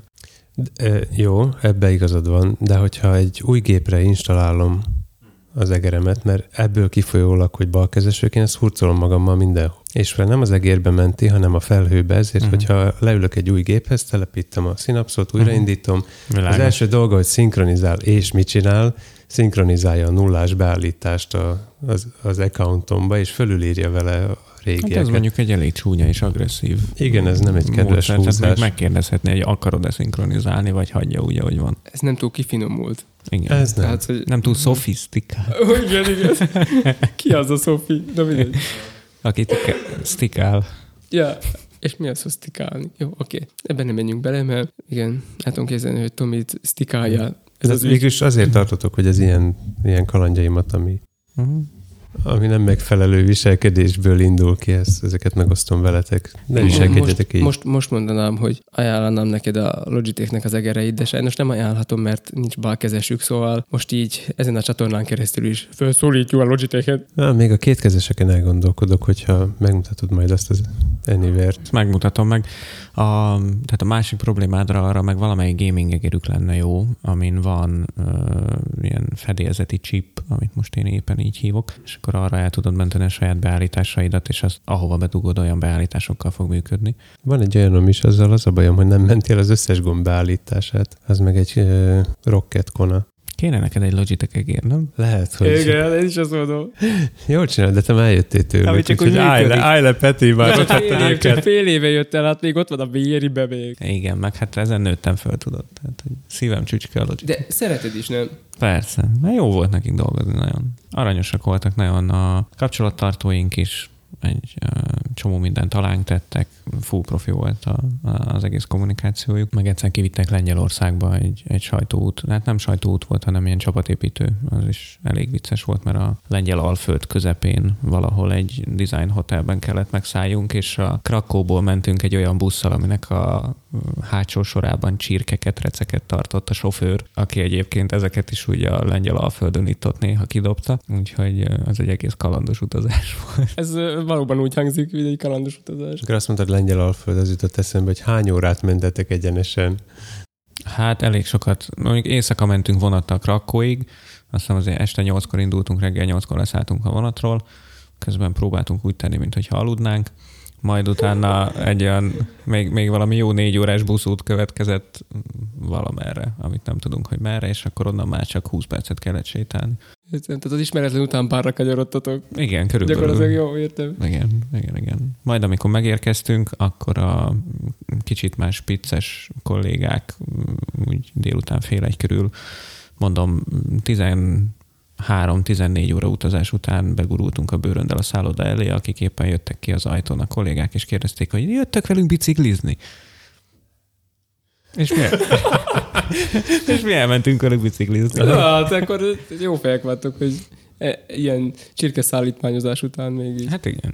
[SPEAKER 1] De, jó, ebbe igazad van, de hogyha egy új gépre installálom az egeremet, mert ebből kifolyólag, hogy balkezesők, én ezt hurcolom magammal mindenhol. És fel nem az egérbe menti, hanem a felhőbe, ezért, uh-huh. hogyha leülök egy új géphez, telepítem a Synapse-ot, újraindítom. Uh-huh. Az első dolga, hogy szinkronizál, és mit csinál? Szinkronizálja a nullás beállítást a, az, az accountomba, és fölülírja vele a régieket.
[SPEAKER 3] Hát ez mondjuk egy elég csúnya és agresszív.
[SPEAKER 1] Igen, ez nem egy kedves
[SPEAKER 3] módszer,
[SPEAKER 1] húzás.
[SPEAKER 3] Tehát megkérdezhetné, hogy akarod-e szinkronizálni, vagy hagyja úgy, ahogy van.
[SPEAKER 2] Ez nem túl kifinomult.
[SPEAKER 3] Igen.
[SPEAKER 1] Ez nem.
[SPEAKER 3] Tehát, hogy... nem túl szofisztikált.
[SPEAKER 2] Igen, igen. Ki az a Sophie? Na mindegy.
[SPEAKER 3] Akit stikál.
[SPEAKER 2] Ja. És mi az, hogy stikálni? Jó, oké. Okay. Ebben nem menjünk bele, mert igen, látom kézen, hogy Tomit stikálja.
[SPEAKER 1] Ez az végülis azért tartotok, hogy az ilyen, ilyen kalandjaimat, ami, uh-huh. ami nem megfelelő viselkedésből indul ki, ezt, ezeket megosztom veletek. Ne viselkedjetek így.
[SPEAKER 2] Most, most mondanám, hogy ajánlanám neked a Logitechnek az egereit, de sajnos nem ajánlhatom, mert nincs balkezesük, szóval most így ezen a csatornán keresztül is felszólítjuk a Logitechet.
[SPEAKER 1] Na, még a kétkezeseken elgondolkodok, hogyha megmutatod majd azt az Anywhere-t.
[SPEAKER 3] Megmutatom meg. A, tehát a másik problémádra arra meg valamelyik gaming egerük lenne jó, amin van uh, ilyen fedélzeti chip, amit most én éppen így hívok, és akkor arra el tudod menteni a saját beállításaidat, és azt ahova bedugod, olyan beállításokkal fog működni.
[SPEAKER 1] Van egy olyanom is, azzal az a bajom, hogy nem mentél az összes gomb beállítását. Az meg egy uh, Rocket Kona.
[SPEAKER 3] Kéne neked egy Logitech egér, nem?
[SPEAKER 1] Lehet, hogy...
[SPEAKER 2] Igen, én is azt mondom.
[SPEAKER 1] Jól csinálod, de te már eljöttél tőle.
[SPEAKER 2] Amit csak úgy
[SPEAKER 1] állj le, állj le, Peti, már ott
[SPEAKER 2] fél, év, csak fél éve jött el, hát még ott van a béribe még.
[SPEAKER 3] Igen, meg hát ezen nőttem föl, tudod. Tehát, hogy szívem csücske a Logitech.
[SPEAKER 2] De szereted is, nem?
[SPEAKER 3] Persze, mert jó volt nekik dolgozni nagyon. Aranyosak voltak nagyon a kapcsolattartóink is, egy uh, csomó mindent talán tettek, full profi volt a, a, az egész kommunikációjuk. Meg egyszer kivittek Lengyelországba egy, egy sajtóút, hát nem sajtóút volt, hanem ilyen csapatépítő. Az is elég vicces volt, mert a lengyel alföld közepén valahol egy design hotelben kellett megszálljunk, és a Krakóból mentünk egy olyan busszal, aminek a hátsó sorában csirkeket, receket tartott a sofőr, aki egyébként ezeket is ugye a lengyel alföldön itt ott néha kidobta, úgyhogy az egy egész kalandos utazás volt.
[SPEAKER 2] Ez valóban úgy hangzik, mint egy kalandos utazás.
[SPEAKER 1] Akkor azt mondtad, lengyel alföld, az jutott eszembe, hogy hány órát mentetek egyenesen?
[SPEAKER 3] Hát elég sokat. Mondjuk éjszaka mentünk vonattal Krakóig, azt hiszem azért este nyolckor indultunk, reggel nyolckor leszálltunk a vonatról, közben próbáltunk úgy tenni, mintha aludnánk, majd utána egy olyan, még, még valami jó négy órás buszút következett valamerre, amit nem tudunk, hogy merre, és akkor onnan már csak húsz percet kellett sétálni.
[SPEAKER 2] Tehát az ismeretlen után párra kanyarodtatok.
[SPEAKER 3] Igen, körülbelül.
[SPEAKER 2] Gyakorlatilag jó, értem.
[SPEAKER 3] Igen, igen, igen. Majd amikor megérkeztünk, akkor a kicsit más spicces kollégák úgy délután fél egy körül, mondom, tizenhárom-tizennégy óra utazás után begurultunk a bőröndel a szálloda elé, akik éppen jöttek ki az ajtón a kollégák, és kérdezték, hogy jöttek velünk biciklizni. És mi, és mi elmentünk velük biciklizni.
[SPEAKER 2] Hát akkor jó fejek vagytok, hogy ilyen csirkeszállítmányozás után még így.
[SPEAKER 3] Hát igen.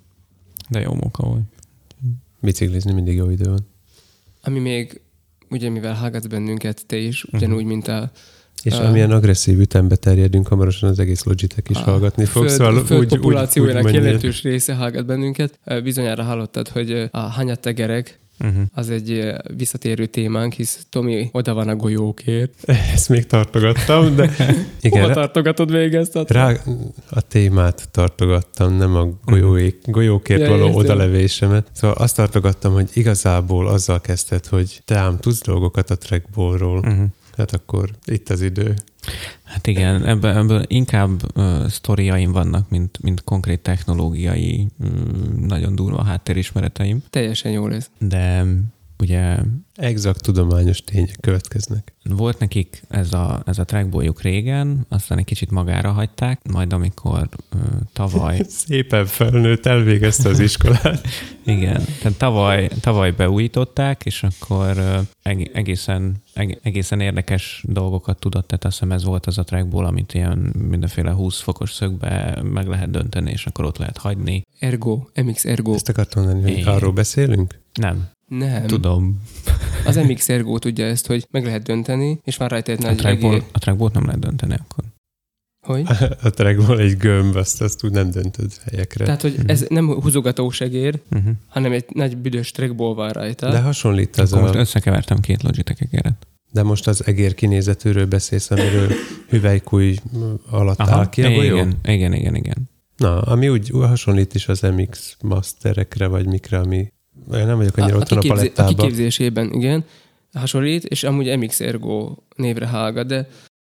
[SPEAKER 3] De jó móka volt.
[SPEAKER 1] Biciklizni mindig jó idő van.
[SPEAKER 2] Ami még, ugye mivel hallgatsz bennünket, te is, ugyanúgy, mint a...
[SPEAKER 1] És uh, amilyen agresszív ütembe terjedünk, hamarosan az egész Logitech is a hallgatni fog.
[SPEAKER 2] Föld,
[SPEAKER 1] szóval
[SPEAKER 2] föld
[SPEAKER 1] úgy,
[SPEAKER 2] populációjának
[SPEAKER 1] úgy, úgy
[SPEAKER 2] jelentős része hallgat bennünket. Bizonyára hallottad, hogy a hanyattegerek, uh-huh. az egy visszatérő témánk, hisz Tomi oda van a golyókért.
[SPEAKER 1] Ezt még tartogattam, de...
[SPEAKER 2] Igen, hova tartogatod még ezt? A,
[SPEAKER 1] rá, a témát tartogattam, nem a golyóék, golyókért ja, való értem. Odalevésemet. Szóval azt tartogattam, hogy igazából azzal kezdted, hogy te ám tudsz dolgokat a trackballról. Uh-huh. Hát akkor itt az idő.
[SPEAKER 3] Hát igen, ebből, ebből inkább uh, sztoriaim vannak, mint, mint konkrét technológiai, um, nagyon durva háttérismereteim.
[SPEAKER 2] Teljesen jó lesz.
[SPEAKER 3] De ugye...
[SPEAKER 1] Exakt tudományos tények következnek.
[SPEAKER 3] Volt nekik ez a, ez a trackballjuk régen, aztán egy kicsit magára hagyták, majd amikor uh, tavaly...
[SPEAKER 1] Szépen felnőtt, elvégezte az iskolát.
[SPEAKER 3] Igen, tehát tavaly, tavaly beújították, és akkor uh, egészen, egészen érdekes dolgokat tudott, tehát azt hiszem ez volt az a trackball, amit ilyen mindenféle húsz fokos szögbe meg lehet dönteni, és akkor ott lehet hagyni.
[SPEAKER 2] Ergo, em iksz Ergo.
[SPEAKER 1] Ezt akartam mondani, hogy arról beszélünk?
[SPEAKER 3] Nem.
[SPEAKER 2] Nem.
[SPEAKER 3] Tudom.
[SPEAKER 2] Az em iksz Ergo tudja ezt, hogy meg lehet dönteni, és már rajta egy nagy
[SPEAKER 3] trackball, a trackballt nem lehet dönteni akkor.
[SPEAKER 2] Hogy?
[SPEAKER 1] A trackball egy gömb, azt, azt úgy nem döntöd helyekre.
[SPEAKER 2] Tehát, hogy uh-huh. ez nem húzogatós egér, uh-huh. hanem egy nagy büdös trackball van rajta.
[SPEAKER 1] De hasonlít az
[SPEAKER 3] akkor
[SPEAKER 1] a...
[SPEAKER 3] most összekevertem két Logitech egeret.
[SPEAKER 1] De most az egér kinézetűről beszélsz, amiről hüvelykúj alatt
[SPEAKER 3] Aha,
[SPEAKER 1] áll ki a golyó?
[SPEAKER 3] Igen, igen, igen, igen.
[SPEAKER 1] Na, ami úgy hasonlít is az em iksz Masterekre, vagy mikre, ami... Nem vagyok annyira
[SPEAKER 2] a,
[SPEAKER 1] otthon a,
[SPEAKER 2] a
[SPEAKER 1] palettában.
[SPEAKER 2] A kiképzésében, igen, hasonlít, és amúgy em iksz Ergo névre hallgat, de...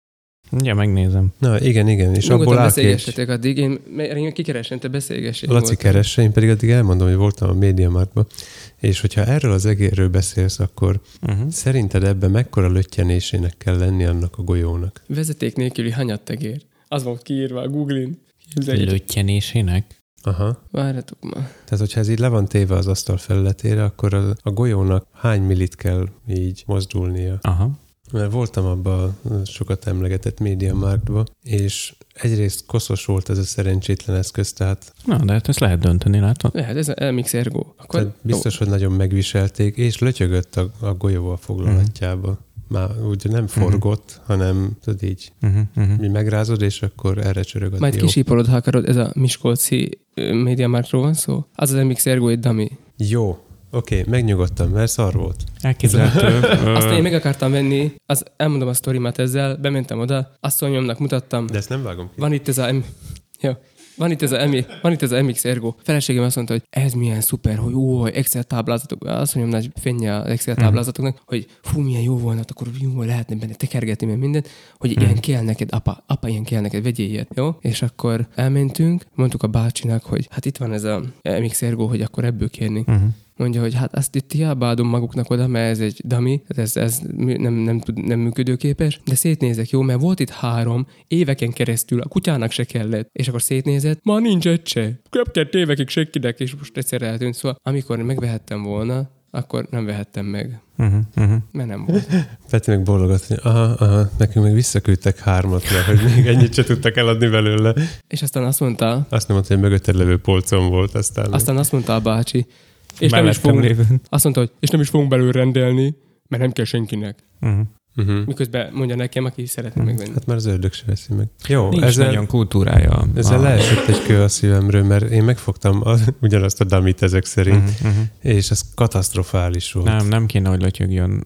[SPEAKER 3] Ja, megnézem.
[SPEAKER 1] Na, igen, igen, és
[SPEAKER 2] nyugodtan
[SPEAKER 1] abból áll
[SPEAKER 2] beszélgessetek addig, én, én kikeresem, te beszélgessél.
[SPEAKER 1] Laci keresse, én pedig addig elmondom, hogy voltam a MediaMarktban, és hogyha erről az egérről beszélsz, akkor uh-huh. szerinted ebben mekkora löttyenésének kell lenni annak a golyónak?
[SPEAKER 2] Vezeték nélküli hanyattegér. Az volt kiírva a Google-in.
[SPEAKER 3] Löttyenésének?
[SPEAKER 1] Aha.
[SPEAKER 2] Várjatok már.
[SPEAKER 1] Tehát, hogyha ez így le van téve az asztal felületére, akkor a, a golyónak hány millit kell így mozdulnia?
[SPEAKER 3] Aha.
[SPEAKER 1] Mert voltam abban a sokat emlegetett MediaMarktba, és egyrészt koszos volt ez a szerencsétlen eszköz, tehát...
[SPEAKER 3] Na, de hát ezt lehet dönteni, látod?
[SPEAKER 2] Lehet, ez el mix Ergo. Akkor
[SPEAKER 1] tehát biztos, hogy nagyon megviselték, és lötyögött a, a golyóval foglalatjába. Mm. Már úgy nem forgott, uh-huh. hanem tudod így, uh-huh, uh-huh. megrázod, és akkor erre csörög a
[SPEAKER 2] majd
[SPEAKER 1] dió.
[SPEAKER 2] kisípolod, ha akarod, ez a miskolci MediaMarktról van szó. Az az em iksz Ergo egy dummy.
[SPEAKER 1] Jó, oké, okay, megnyugodtam, mert szar volt.
[SPEAKER 3] Elképzelhető.
[SPEAKER 2] Aztán én meg akartam venni, az, elmondom a sztorimat ezzel, bementem oda, asszonyomnak mutattam.
[SPEAKER 1] De ezt nem vágom ki.
[SPEAKER 2] Van itt ez a... em- Jó. Van itt ez a, M- van itt ez a em iksz Ergo. Feleségem azt mondta, hogy ez milyen szuper, hogy ó, Excel táblázatok. Azt mondjam, nagy fénye az Excel táblázatoknak, hmm. hogy fú, milyen jó volna, akkor jó, lehetne benne tekergetni, meg mindent, hogy hmm. ilyen kell neked, apa, apa, ilyen kell neked, vegyél ilyet, jó? És akkor elmentünk, mondtuk a bácsinak, hogy hát itt van ez a em iksz Ergo, hogy akkor ebből kérni. Hmm. Mondja, hogy hát azt itt hiába adom maguknak oda, mert ez egy dummy, ez, ez nem, nem, nem működőképes, de szétnézek, jó, mert volt itt három, éveken keresztül, a kutyának se kellett, és akkor szétnézett, ma nincs egy se. Köpkett évekig senkinek, és most egyszerre eltűnt. Szóval amikor megvehettem volna, akkor nem vehettem meg. Uh-huh, uh-huh. Mert nem volt.
[SPEAKER 1] Peti meg bólogat, hogy aha, aha, nekünk meg visszaküldtek hármat, mert hogy még ennyit se tudtak eladni belőle.
[SPEAKER 2] És aztán azt mondta...
[SPEAKER 1] Azt nem mondta, hogy mögötted levő polcon volt. Aztán,
[SPEAKER 2] aztán azt mondta a bácsi, és nem is fogunk, azt mondta, hogy és nem is fogunk belőle rendelni, mert nem kell senkinek. Uh-huh. Uh-huh. Miközben mondja nekem, aki szeretne uh-huh. megvenni.
[SPEAKER 1] Hát már az ördög se veszi meg. Jó,
[SPEAKER 3] nincs
[SPEAKER 1] ezzel,
[SPEAKER 3] nagyon kultúrája.
[SPEAKER 1] Ezzel a... leesett egy kő a szívemről, mert én megfogtam a, ugyanazt a dummy-t ezek szerint, uh-huh, uh-huh. és ez katasztrofális volt.
[SPEAKER 3] Nem, nem kéne, hogy lötyögjön.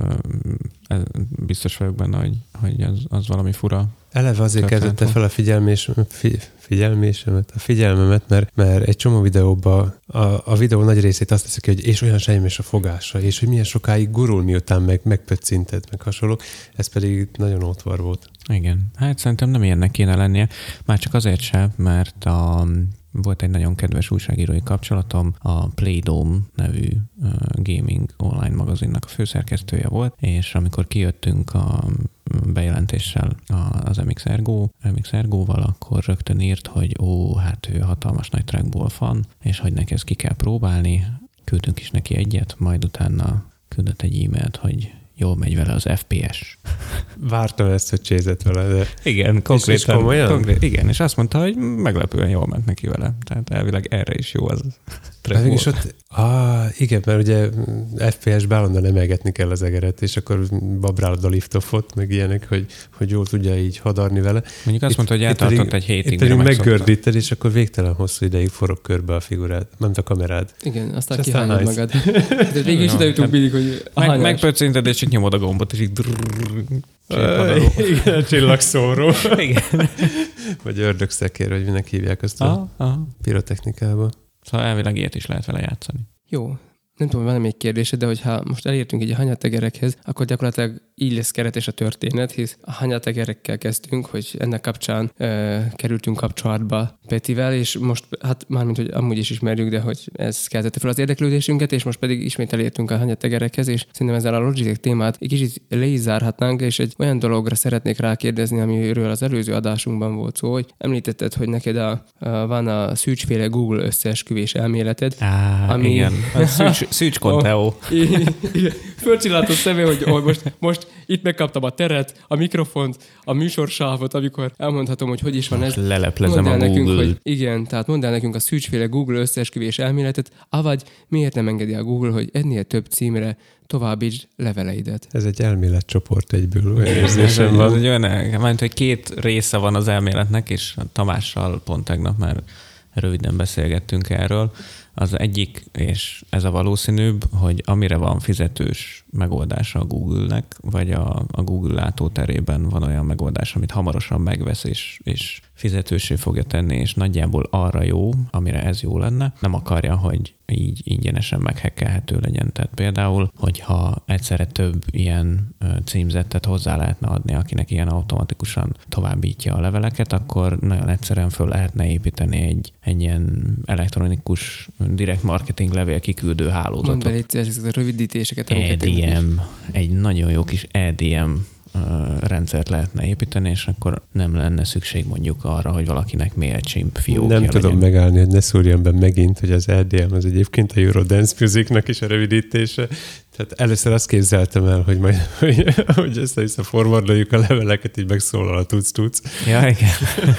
[SPEAKER 3] Uh, biztos vagyok benne, hogy, hogy az, az valami fura.
[SPEAKER 1] Eleve azért kezdette fel a figyelmés, fi, figyelmésemet, a figyelmemet, mert, mert egy csomó videóban a, a videó nagy részét azt teszik, hogy és olyan sejmes a fogása, és hogy milyen sokáig gurul, miután meg, megpöccinted, meg hasonlók, ez pedig nagyon ótvar volt.
[SPEAKER 3] Igen, hát szerintem nem ilyennek kéne lennie, már csak azért sem, mert a, volt egy nagyon kedves újságírói kapcsolatom, a Playdome nevű uh, gaming online magazinnak a főszerkesztője volt, és amikor kijöttünk a bejelentéssel az em iksz Ergo, em iksz Ergo-val, akkor rögtön írt, hogy ó, hát ő hatalmas nagy trackball fan, és hogy neki ezt ki kell próbálni. Küldtünk is neki egyet, majd utána küldött egy e-mailt, hogy jól megy vele az ef pé es.
[SPEAKER 1] Vártam ezt, hogy csézett vele, de...
[SPEAKER 3] Igen, konkrétan. Konkrét, igen, és azt mondta, hogy meglepően jól ment neki vele. Tehát elvileg erre is jó az.
[SPEAKER 1] Hát mégis ott, ah, igen, mert ugye ef pé es-be állandóan emelgetni kell az egeret, és akkor babrálod a lift-offot, meg ilyenek, hogy, hogy jól tudja így hadarni vele.
[SPEAKER 3] Mondjuk azt itt, mondta, hogy eltartott egy hétig.
[SPEAKER 1] Itt pedig meggördíted, és akkor végtelen hosszú ideig forog körbe a figurád, nem a kamerád.
[SPEAKER 2] Igen, aztán kihányod magad. De végig is ide jutunk mindig, hogy
[SPEAKER 3] meg, megpöccinted, és így nyomod a gombot, és így
[SPEAKER 1] igen, csillagszóró. Igen. Vagy ördögszekér, hogy minek hívják azt a pirotechnikában.
[SPEAKER 3] Szóval elvileg ilyet is lehet vele játszani.
[SPEAKER 2] Jó. Nem tudom, van még kérdése, de hogyha most elértünk így a hanyategerekhez, akkor gyakorlatilag így lesz keretes a történet, hisz a hanyategerekkel kezdtünk, hogy ennek kapcsán e, kerültünk kapcsolatba Petivel, és most, hát mármint, hogy amúgy is ismerjük, de hogy ez keltette fel az érdeklődésünket, és most pedig ismét elértünk a hanyategerekhez, és szerintem ezzel a Logitech témát egy kicsit le is zárhatnánk, és egy olyan dologra szeretnék rákérdezni, amiről az előző adásunkban volt szó, hogy említetted, hogy neked a, a, van a szűcsféle Google összeesküvés elméleted.
[SPEAKER 3] Á, ami... igen. A szűcs, Szűcs Conteo.
[SPEAKER 2] Oh, fölcsillantott szemé, hogy oh, most, most itt megkaptam a teret, a mikrofont, a műsorsávot, amikor elmondhatom, hogy hogy is van ez.
[SPEAKER 3] Leleplezem a
[SPEAKER 2] nekünk,
[SPEAKER 3] Google.
[SPEAKER 2] hogy igen, tehát mondd el nekünk a szűcsféle Google összeesküvés elméletet, avagy miért nem engedi a Google, hogy ennél több címre továbbítsd leveleidet.
[SPEAKER 1] Ez egy elméletcsoport egyből, olyan érzésem van.
[SPEAKER 3] Ez egy olyan, mert hogy két része van az elméletnek, és Tamással pont tegnap már röviden beszélgettünk erről. Az egyik, és ez a valószínűbb, hogy amire van fizetős megoldása a Google-nek, vagy a, a Google látóterében van olyan megoldás, amit hamarosan megvesz, és, és fizetősé fogja tenni, és nagyjából arra jó, amire ez jó lenne. Nem akarja, hogy így ingyenesen meghekkelhető legyen. Tehát például, hogyha egyszerre több ilyen címzettet hozzá lehetne adni, akinek ilyen automatikusan továbbítja a leveleket, akkor nagyon egyszerűen föl lehetne építeni egy, egy ilyen elektronikus direct marketing levél kiküldő hálózatot.
[SPEAKER 2] Mondd be, légy ezeket a rövidítéseket.
[SPEAKER 3] é dé em, egy nagyon jó kis é dé em rendszert lehetne építeni, és akkor nem lenne szükség mondjuk arra, hogy valakinek MailChimp fiókja
[SPEAKER 1] Nem
[SPEAKER 3] legyen.
[SPEAKER 1] tudom megállni, hogy ne szúrjam be megint, hogy az er dé em az egyébként a Eurodance Musicnak is a rövidítése. Tehát először azt képzeltem el, hogy majd hogy, hogy össze-vissza forwardoljuk a leveleket, így megszólal a tudsz-tudsz.
[SPEAKER 3] Ja, igen.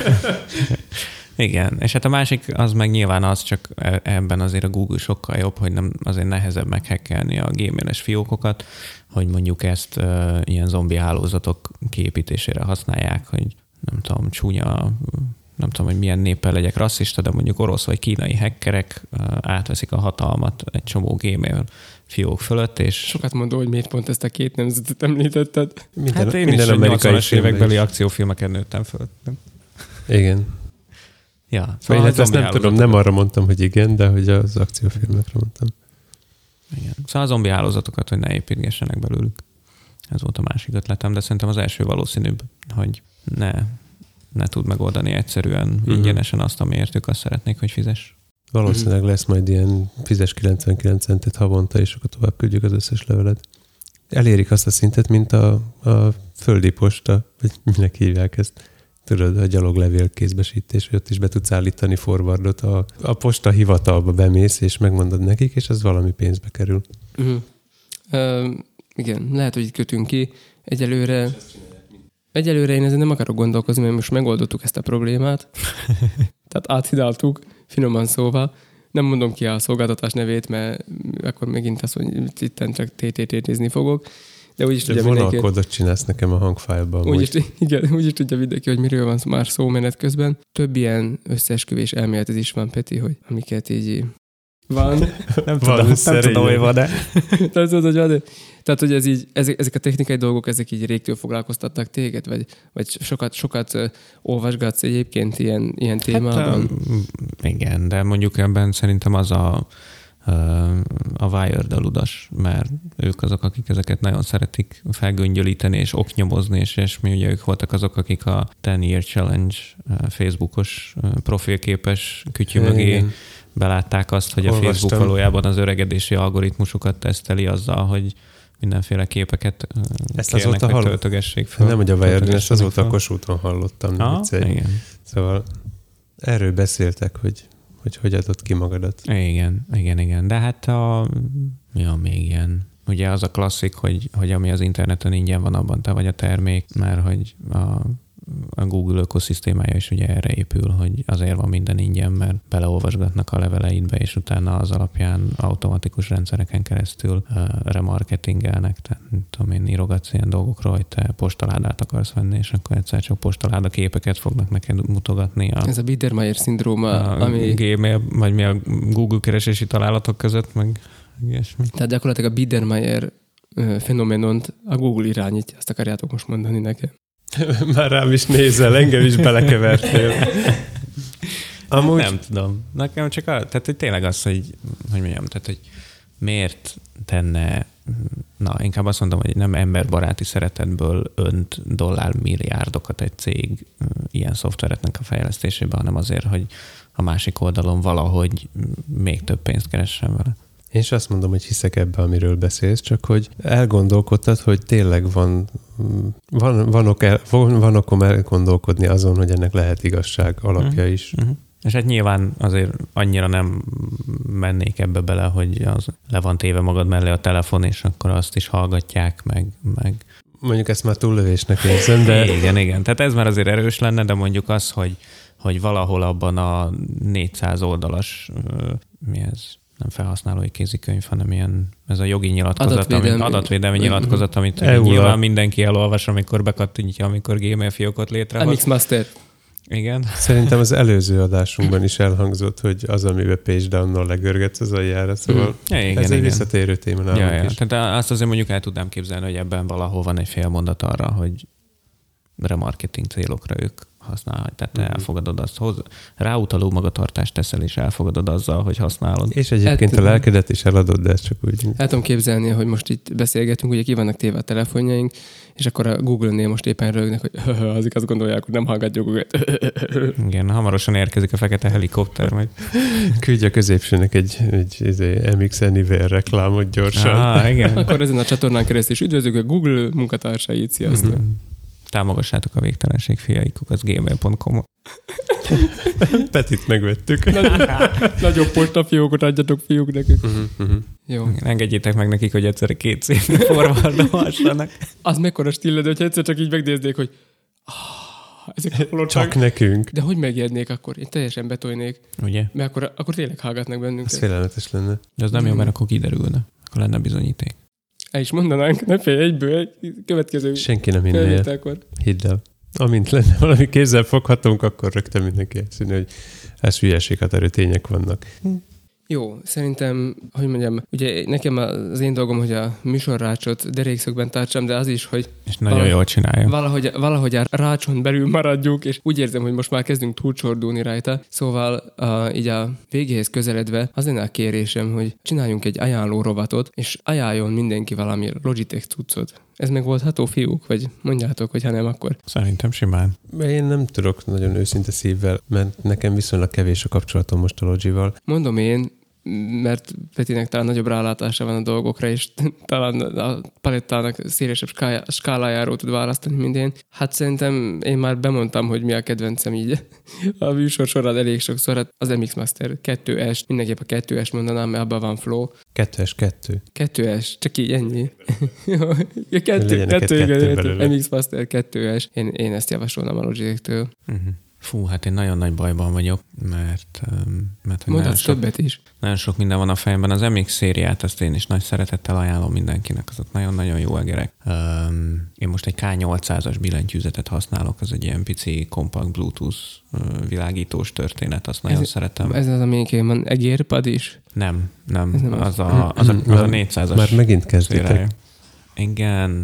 [SPEAKER 3] Igen, és hát a másik az meg nyilván az, csak ebben azért a Google sokkal jobb, hogy nem azért nehezebb meghekkelni a gmailes fiókokat, hogy mondjuk ezt uh, ilyen zombi hálózatok kiépítésére használják, hogy nem tudom, csúnya, nem tudom, hogy milyen néppel legyek rasszista, de mondjuk orosz vagy kínai hackerek uh, átveszik a hatalmat egy csomó Gmail fiók fölött, és...
[SPEAKER 2] Sokat mondom, hogy miért pont ezt a két nemzetet említetted.
[SPEAKER 1] Minden,
[SPEAKER 3] hát én
[SPEAKER 1] minden
[SPEAKER 3] is nyolcvanas évekbeli
[SPEAKER 1] is.
[SPEAKER 3] akciófilmeken nőttem föl.
[SPEAKER 1] Igen.
[SPEAKER 3] Ja,
[SPEAKER 1] szóval hát ezt nem tudom, nem arra mondtam, hogy igen, de hogy az akciófilmekre mondtam.
[SPEAKER 3] Igen. Szóval a zombi hálózatokat, hogy ne építgessenek belőlük. Ez volt a másik ötletem, de szerintem az első valószínűbb, hogy ne, ne tud megoldani egyszerűen uh-huh. ingyenesen azt, amiért ők azt szeretnék, hogy fizess.
[SPEAKER 1] Valószínűleg uh-huh. lesz majd ilyen fizes kilencvenkilenc centet havonta, és akkor tovább küldjük az összes levelet. Elérik azt a szintet, mint a, a földi posta, vagy minek hívják ezt. Tudod, a gyaloglevél kézbesítés, hogy ott is be tudsz állítani forwardot. A, a posta hivatalba bemész, és megmondod nekik, és az valami pénzbe kerül.
[SPEAKER 2] Uh-huh. Uh, igen, lehet, hogy itt kötünk ki. Egyelőre, egyelőre én ezen nem akarok gondolkozni, mert most megoldottuk ezt a problémát. Tehát áthidaltuk, finoman szóval. Nem mondom ki a szolgáltatás nevét, mert akkor megint azt, hogy itten csak té té té-tézni fogok. De úgyis tudja mindenki...
[SPEAKER 1] Vonalkódot csinálsz nekem a hangfájlban.
[SPEAKER 2] Úgyis, igen, úgyis tudja mindenki, hogy miről van már szó menet közben. Több ilyen összeesküvés elméletezés van, Peti, hogy amiket így van.
[SPEAKER 3] nem tudom, nem tudom, hogy van-e.
[SPEAKER 2] nem tudom, hogy van-e. Tehát, hogy ez így, ezek, ezek a technikai dolgok, ezek így régtől foglalkoztatnak téged, vagy, vagy sokat, sokat uh, olvasgatsz egyébként ilyen, ilyen témában? Hát,
[SPEAKER 3] um, igen, de mondjuk ebben szerintem az a a Wired aludas, mert ők azok, akik ezeket nagyon szeretik felgöngyölíteni és oknyomozni, és, és mi ugye ők voltak azok, akik a ten year challenge Facebookos profilképes kütyű mögé belátták azt, hogy Olvastam. a Facebook valójában az öregedési algoritmusokat teszteli azzal, hogy mindenféle képeket
[SPEAKER 1] ezt
[SPEAKER 3] kérnek, meg töltögessék fel.
[SPEAKER 1] Nem, hogy a Wired, ezt azóta a Kossuthon hallottam.
[SPEAKER 3] Ah, igen.
[SPEAKER 1] Szóval erről beszéltek, hogy hogy hogy adott ki magadat.
[SPEAKER 3] Igen, igen, igen. De hát a... mi a még ilyen? Ugye az a klasszik, hogy, hogy ami az interneten ingyen van, abban te vagy a termék, mert hogy a, a Google ökoszisztémája is ugye erre épül, hogy azért van minden ingyen, mert beleolvasgatnak a leveleidbe, és utána az alapján automatikus rendszereken keresztül uh, remarketingelnek. Tehát tudom én, írogatsz ilyen dolgokról, hogy te postaládát akarsz venni, és akkor egyszer csak postaláda képeket fognak neked mutogatni. A,
[SPEAKER 2] Ez a Biedermeier-szindróma,
[SPEAKER 3] a
[SPEAKER 2] ami...
[SPEAKER 3] Gmail, vagy mi a Google keresési találatok között, meg ilyesmi.
[SPEAKER 2] Tehát gyakorlatilag a Biedermeier fenomenont a Google irányítja, azt akarjátok most mondani nekem.
[SPEAKER 1] Már rám is nézel, engem is belekevertél.
[SPEAKER 3] Amúgy... Nem tudom. Nekem csak a, tehát hogy tényleg az, hogy, hogy mondjam, tehát hogy miért tenne, na inkább azt mondom, hogy nem emberbaráti szeretetből önt dollármilliárdokat egy cég ilyen szoftvereknek a fejlesztésébe, hanem azért, hogy a másik oldalon valahogy még több pénzt keressen vele.
[SPEAKER 1] Én is azt mondom, hogy hiszek ebbe, amiről beszélsz, csak hogy elgondolkodtad, hogy tényleg van, van, van, ok, van, van okom elgondolkodni azon, hogy ennek lehet igazság alapja
[SPEAKER 3] uh-huh.
[SPEAKER 1] is.
[SPEAKER 3] Uh-huh. És hát nyilván azért annyira nem mennék ebbe bele, hogy az le van téve magad mellé a telefon, és akkor azt is hallgatják, meg... meg...
[SPEAKER 1] Mondjuk ezt már túllövésnek érzem, de...
[SPEAKER 3] Igen, igen. Tehát ez már azért erős lenne, de mondjuk az, hogy, hogy valahol abban a négyszáz oldalas, mi ez? Nem felhasználói kézikönyv, hanem ilyen, ez a jogi nyilatkozat, adatvédelmi, amit, adatvédelmi nyilatkozat, amit nyilván mindenki elolvas, amikor bekattintja, amikor Gmail fiókot létrehoz.
[SPEAKER 2] em iksz Master.
[SPEAKER 3] Igen.
[SPEAKER 1] Szerintem az előző adásunkban is elhangzott, hogy az, amiben page down-nal legörgetsz az aljára, szóval hmm. ja, igen, ez igen. egy visszatérő téma nálunk ja, ja. is.
[SPEAKER 3] Tehát azt azért mondjuk el tudnám képzelni, hogy ebben valahol van egy fél mondat arra, hogy remarketing célokra ők használhatod. Tehát te
[SPEAKER 1] Mhm.
[SPEAKER 3] elfogadod azt, hoz, ráutaló magatartást teszel, és elfogadod azzal, hogy használod.
[SPEAKER 1] És egyébként
[SPEAKER 2] Hát-
[SPEAKER 1] a lelkedet is eladod, de ez csak úgy...
[SPEAKER 2] El tudom képzelni, hogy most itt beszélgetünk, ugye ki vannak téve a telefonjaink, és akkor a Google-nél most éppen rögnek, hogy azik azt gondolják, hogy nem hallgatjuk őket.
[SPEAKER 3] Igen, hamarosan érkezik a fekete helikopter, majd.
[SPEAKER 1] Küldj a középsőnek egy, egy, egy em iksz Anywhere reklámot gyorsan.
[SPEAKER 3] Ah, igen.
[SPEAKER 2] Akkor ezen a csatornán keresztül is üdvözlük a Google munkatársait, sziasztok!
[SPEAKER 3] Mhm. Támogassátok a végtelenség fiaikuk, az gmail pont com.
[SPEAKER 1] Petit megvettük.
[SPEAKER 2] Nagyobb postafiókot adjatok fiúk nekünk.
[SPEAKER 1] Uh-huh, uh-huh.
[SPEAKER 2] Jó.
[SPEAKER 3] Engedjétek meg nekik, hogy egyszerre két szép forwardolhassanak.
[SPEAKER 2] Az mekkora stilled, hogyha egyszer csak így megnéznék, hogy ah, ezek hallottak.
[SPEAKER 1] Csak nekünk.
[SPEAKER 2] De hogy megérnék akkor? Én teljesen betolnék.
[SPEAKER 3] Ugye?
[SPEAKER 2] Mert akkor, akkor tényleg hallgatnak
[SPEAKER 1] Ez
[SPEAKER 2] bennünket.
[SPEAKER 1] félelmetes lenne.
[SPEAKER 3] De az nem jó, mert akkor kiderülne. Akkor lenne bizonyíték.
[SPEAKER 2] El is mondanánk, ne félj egyből, egy következő
[SPEAKER 1] Senki nem hinné el.
[SPEAKER 2] felvételkor.
[SPEAKER 1] Hidd el. Amint lenne valami kézzel foghatunk, akkor rögtön mindenki elszínű, hogy ez hülyeség, hát erő tények vannak.
[SPEAKER 2] Jó, szerintem, hogy mondjam, ugye nekem az én dolgom, hogy a műsorrácsot derékszögben tartsam, de az is, hogy
[SPEAKER 3] És nagyon
[SPEAKER 2] Valahogy-
[SPEAKER 3] jól csinálja.
[SPEAKER 2] valahogy, valahogy a rácson belül maradjuk, és úgy érzem, hogy most már kezdünk túlcsordulni rajta. Szóval a, így a végéhez közeledve az lenne a kérésem, hogy csináljunk egy ajánló rovatot, és ajánljon mindenki valami Logitech cuccot. Ez meg voltható, fiúk? Vagy mondjátok, hogy ha nem, akkor
[SPEAKER 3] Szerintem simán.
[SPEAKER 1] Én nem tudok nagyon őszinte szívvel, mert nekem viszonylag kevés a kapcsolatom most a Logival.
[SPEAKER 2] mondom én, mert Petinek talán nagyobb rálátása van a dolgokra, és talán a palettának szélesebb ská- skálájáról tud választani, mint én. Hát szerintem én már bemondtam, hogy mi a kedvencem így a műsor során elég sokszor. Hát az em iksz Master kettő es, mindenképp a kettő es mondanám, mert abban van flow.
[SPEAKER 1] Kettes, kettő.
[SPEAKER 2] kettő es, csak így ennyi. kettő,
[SPEAKER 1] Legyen neked
[SPEAKER 2] kettő,
[SPEAKER 1] kettő
[SPEAKER 2] igen,
[SPEAKER 1] belőle.
[SPEAKER 2] em iksz Master kettő es. Én, én ezt javasolnám a Logitech-től.
[SPEAKER 3] Uh-huh. Fú, hát én nagyon nagy bajban vagyok, mert, um, mert hogy nagyon
[SPEAKER 2] Mondhatsz
[SPEAKER 3] sok,
[SPEAKER 2] többet is.
[SPEAKER 3] nagyon sok minden van a fejemben. Az em iksz szériát, azt én is nagy szeretettel ajánlom mindenkinek, azok nagyon-nagyon jó egerek. Um, én most egy ká nyolcszázas billentyűzetet használok, az egy ilyen pici kompakt Bluetooth uh, világítós történet, azt nagyon
[SPEAKER 2] Ez-
[SPEAKER 3] szeretem.
[SPEAKER 2] Ez az, amelyikén van egérpad is.
[SPEAKER 3] Nem, nem,
[SPEAKER 2] Ez nem az.
[SPEAKER 3] az a, az a, az a négyszázas
[SPEAKER 1] Már megint
[SPEAKER 3] szérája.
[SPEAKER 1] kezditek.
[SPEAKER 3] Igen,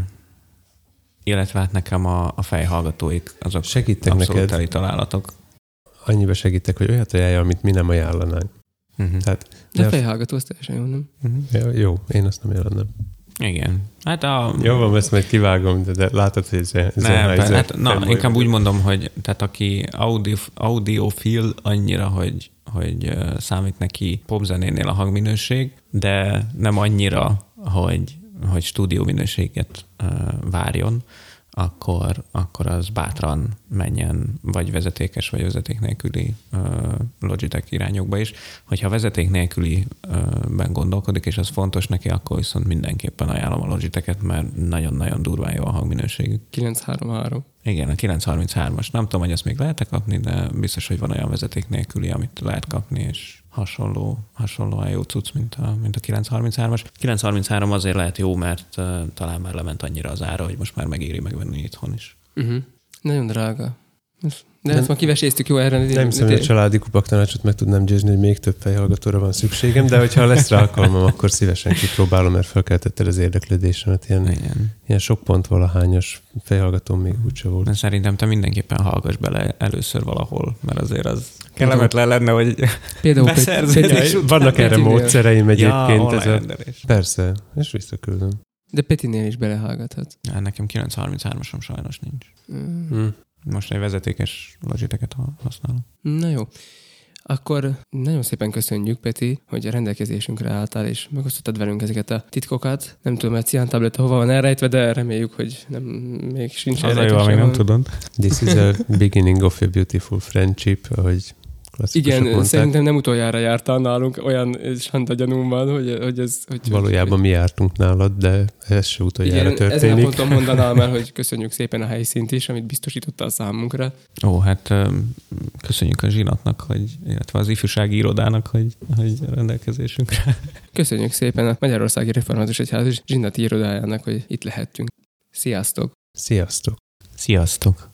[SPEAKER 3] illetve hát nekem a, a fejhallgatóik, azok
[SPEAKER 1] Segítek
[SPEAKER 3] abszolút
[SPEAKER 1] neked.
[SPEAKER 3] teli találatok.
[SPEAKER 1] Annyiba segítek, hogy olyat ajánlja, amit mi nem ajánlanánk.
[SPEAKER 3] Uh-huh.
[SPEAKER 1] Tehát,
[SPEAKER 2] De
[SPEAKER 1] de
[SPEAKER 2] fejhallgató, az teljesen jó, nem?
[SPEAKER 3] Uh-huh.
[SPEAKER 1] jó, jó, én azt nem ajánlannám.
[SPEAKER 3] Igen. Hát a...
[SPEAKER 1] Jó van, ezt majd kivágom, de, de látod, hogy ez, ez
[SPEAKER 3] Nem,
[SPEAKER 1] ez
[SPEAKER 3] hát, na,
[SPEAKER 1] fanboy
[SPEAKER 3] inkább
[SPEAKER 1] vagyok.
[SPEAKER 3] úgy mondom, hogy tehát aki audio, audiofil annyira, hogy, hogy uh, számít neki popzenénél a hangminőség, de nem annyira, hogy, hogy stúdió minőséget uh, várjon, akkor, akkor az bátran menjen vagy vezetékes, vagy vezeték nélküli uh, Logitech irányokba is. Hogyha vezeték nélküliben gondolkodik, és az fontos neki, akkor viszont mindenképpen ajánlom a Logitech-et, mert nagyon-nagyon durván jó a hangminőségük.
[SPEAKER 2] kilenc három három.
[SPEAKER 3] Igen, a kilenc harminchárom-as. Nem tudom, hogy ezt még lehet kapni, de biztos, hogy van olyan vezeték nélküli, amit lehet kapni, és hasonló, hasonlóan jó cucc, mint a, mint a kilenc harminchárom-as. kilenc harminchárom azért lehet jó, mert uh, talán már lement annyira az ára, hogy most már megéri megvenni itthon is.
[SPEAKER 2] Uh-huh. Nagyon drága. De
[SPEAKER 1] Nem-
[SPEAKER 2] ezt ma kiveséztük, jó erre.
[SPEAKER 1] Nem hiszem, hogy a családi kupak tanácsot meg tudnám győzni, hogy még több fejhallgatóra van szükségem, de hogyha lesz rá alkalmam, akkor szívesen kipróbálom, mert felkeltetted az érdeklődésemet. Ilyen,
[SPEAKER 3] Igen.
[SPEAKER 1] ilyen sok pont valahányos fejhallgatóm még úgyse volt.
[SPEAKER 3] De szerintem te mindenképpen hallgass bele először valahol, mert azért az kellemetlen lenne, hogy
[SPEAKER 2] Például
[SPEAKER 3] beszerződés
[SPEAKER 2] Peti-
[SPEAKER 3] után.
[SPEAKER 1] Vannak erre
[SPEAKER 2] Petinél-
[SPEAKER 1] módszereim egyébként.
[SPEAKER 3] Ja,
[SPEAKER 1] ez
[SPEAKER 3] online
[SPEAKER 1] a...
[SPEAKER 3] rendelés.
[SPEAKER 1] Persze, és visszaküldöm.
[SPEAKER 2] De Petinél is belehallgathat.
[SPEAKER 3] Ja, nekem kilenc harminchárom-asom sajnos nincs.
[SPEAKER 2] Mm.
[SPEAKER 1] Hm.
[SPEAKER 3] Most egy vezetékes Logitech-et ha- használom.
[SPEAKER 2] Na jó. Akkor nagyon szépen köszönjük, Peti, hogy a rendelkezésünkre álltál, és megosztottad velünk ezeket a titkokat. Nem tudom, mert Cian tableta hova van elrejtve, de reméljük, hogy nem, még sincs
[SPEAKER 3] Az a jó,
[SPEAKER 2] elrejtve
[SPEAKER 3] amíg nem
[SPEAKER 2] sehol.
[SPEAKER 3] tudod.
[SPEAKER 1] This is a beginning of a beautiful friendship, ahogy klasszikusok
[SPEAKER 2] Igen,
[SPEAKER 1] mondták.
[SPEAKER 2] szerintem nem utoljára jártál nálunk, olyan santa gyanúm van, hogy, hogy ez... Hogy,
[SPEAKER 1] Valójában mi jártunk nálad, de ez se utoljára
[SPEAKER 2] igen, ezen a
[SPEAKER 1] történik.
[SPEAKER 2] ponton mondanám el, hogy köszönjük szépen a helyszínt is, amit biztosítottál számunkra.
[SPEAKER 3] Ó, hát öm, köszönjük a zsinatnak, hogy, illetve az ifjúsági irodának, hogy, hogy rendelkezésünkre.
[SPEAKER 2] Köszönjük szépen a Magyarországi Református Egyház és zsinati irodájának, hogy itt lehettünk. Sziasztok!
[SPEAKER 1] Sziasztok!
[SPEAKER 3] Sziasztok!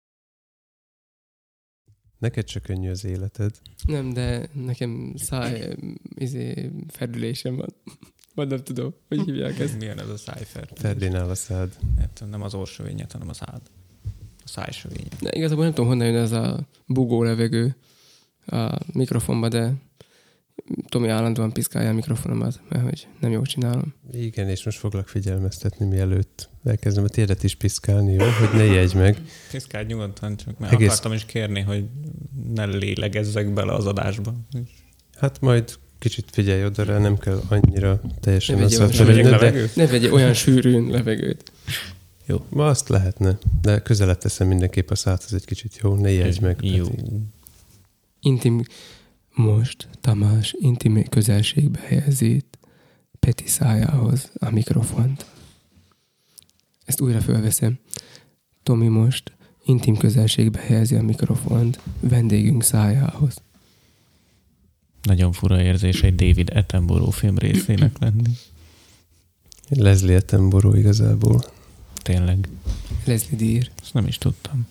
[SPEAKER 1] Neked csak könnyű az életed.
[SPEAKER 2] Nem, de nekem száj, izé, ferdülésem van. Vagy nem tudom, hogy hívják ezt.
[SPEAKER 3] Milyen ez a szájfer?
[SPEAKER 1] Ferdinál a szád.
[SPEAKER 3] Hát nem az orsövényet, hanem a szád. A szájsövénye.
[SPEAKER 2] De igazából nem tudom, honnan jön ez a bugó levegő a mikrofonba, de Tomi állandóan piszkálja a mikrofonomat, mert hogy nem jól csinálom.
[SPEAKER 1] Igen, és most foglak figyelmeztetni, mielőtt elkezdem a tiédet is piszkálni, jó? Hogy ne jegye meg.
[SPEAKER 3] Piszkálj nyugodtan, csak mert
[SPEAKER 1] Egész...
[SPEAKER 3] akartam is kérni, hogy ne lélegezzek bele az adásba.
[SPEAKER 1] Hát majd kicsit figyelj oda rá, nem kell annyira teljesen
[SPEAKER 2] Ne vegyél
[SPEAKER 1] összefelelni,
[SPEAKER 2] olyan,
[SPEAKER 1] de...
[SPEAKER 2] ne vegyél olyan sűrűn levegőt.
[SPEAKER 3] Jó.
[SPEAKER 1] Ma azt lehetne, de közelebb teszem mindenképp a szádhoz egy kicsit, jó? Ne jegye meg.
[SPEAKER 3] Jó.
[SPEAKER 1] Peti.
[SPEAKER 2] Intim... Most Tamás intim közelségbe helyezi Peti szájához a mikrofont. Ezt újra fölveszem. Tomi most intim közelségbe helyezi a mikrofont vendégünk szájához.
[SPEAKER 3] Nagyon fura érzés egy David Attenborough film részének lenni.
[SPEAKER 1] Leslie Attenborough igazából.
[SPEAKER 3] Tényleg.
[SPEAKER 2] Leslie Deer.
[SPEAKER 3] Ezt nem is tudtam.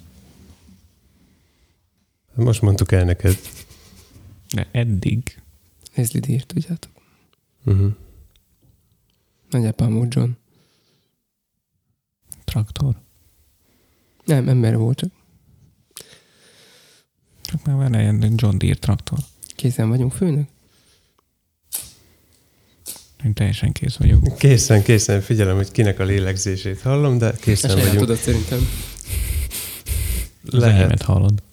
[SPEAKER 1] Most mondtuk el neked.
[SPEAKER 3] De eddig.
[SPEAKER 2] Leslie Deer, tudjátok?
[SPEAKER 1] Uh-huh.
[SPEAKER 2] Nagyapám volt John.
[SPEAKER 3] Traktor.
[SPEAKER 2] Nem, ember volt csak.
[SPEAKER 3] Csak már van egy John Deere traktor.
[SPEAKER 2] Készen vagyunk, főnök?
[SPEAKER 3] Én teljesen kész vagyok.
[SPEAKER 1] Készen, készen. Figyelem, hogy kinek a lélegzését hallom, de készen
[SPEAKER 2] Ezt
[SPEAKER 1] vagyunk.
[SPEAKER 2] tudod szerintem.
[SPEAKER 3] Az enyémet hallod.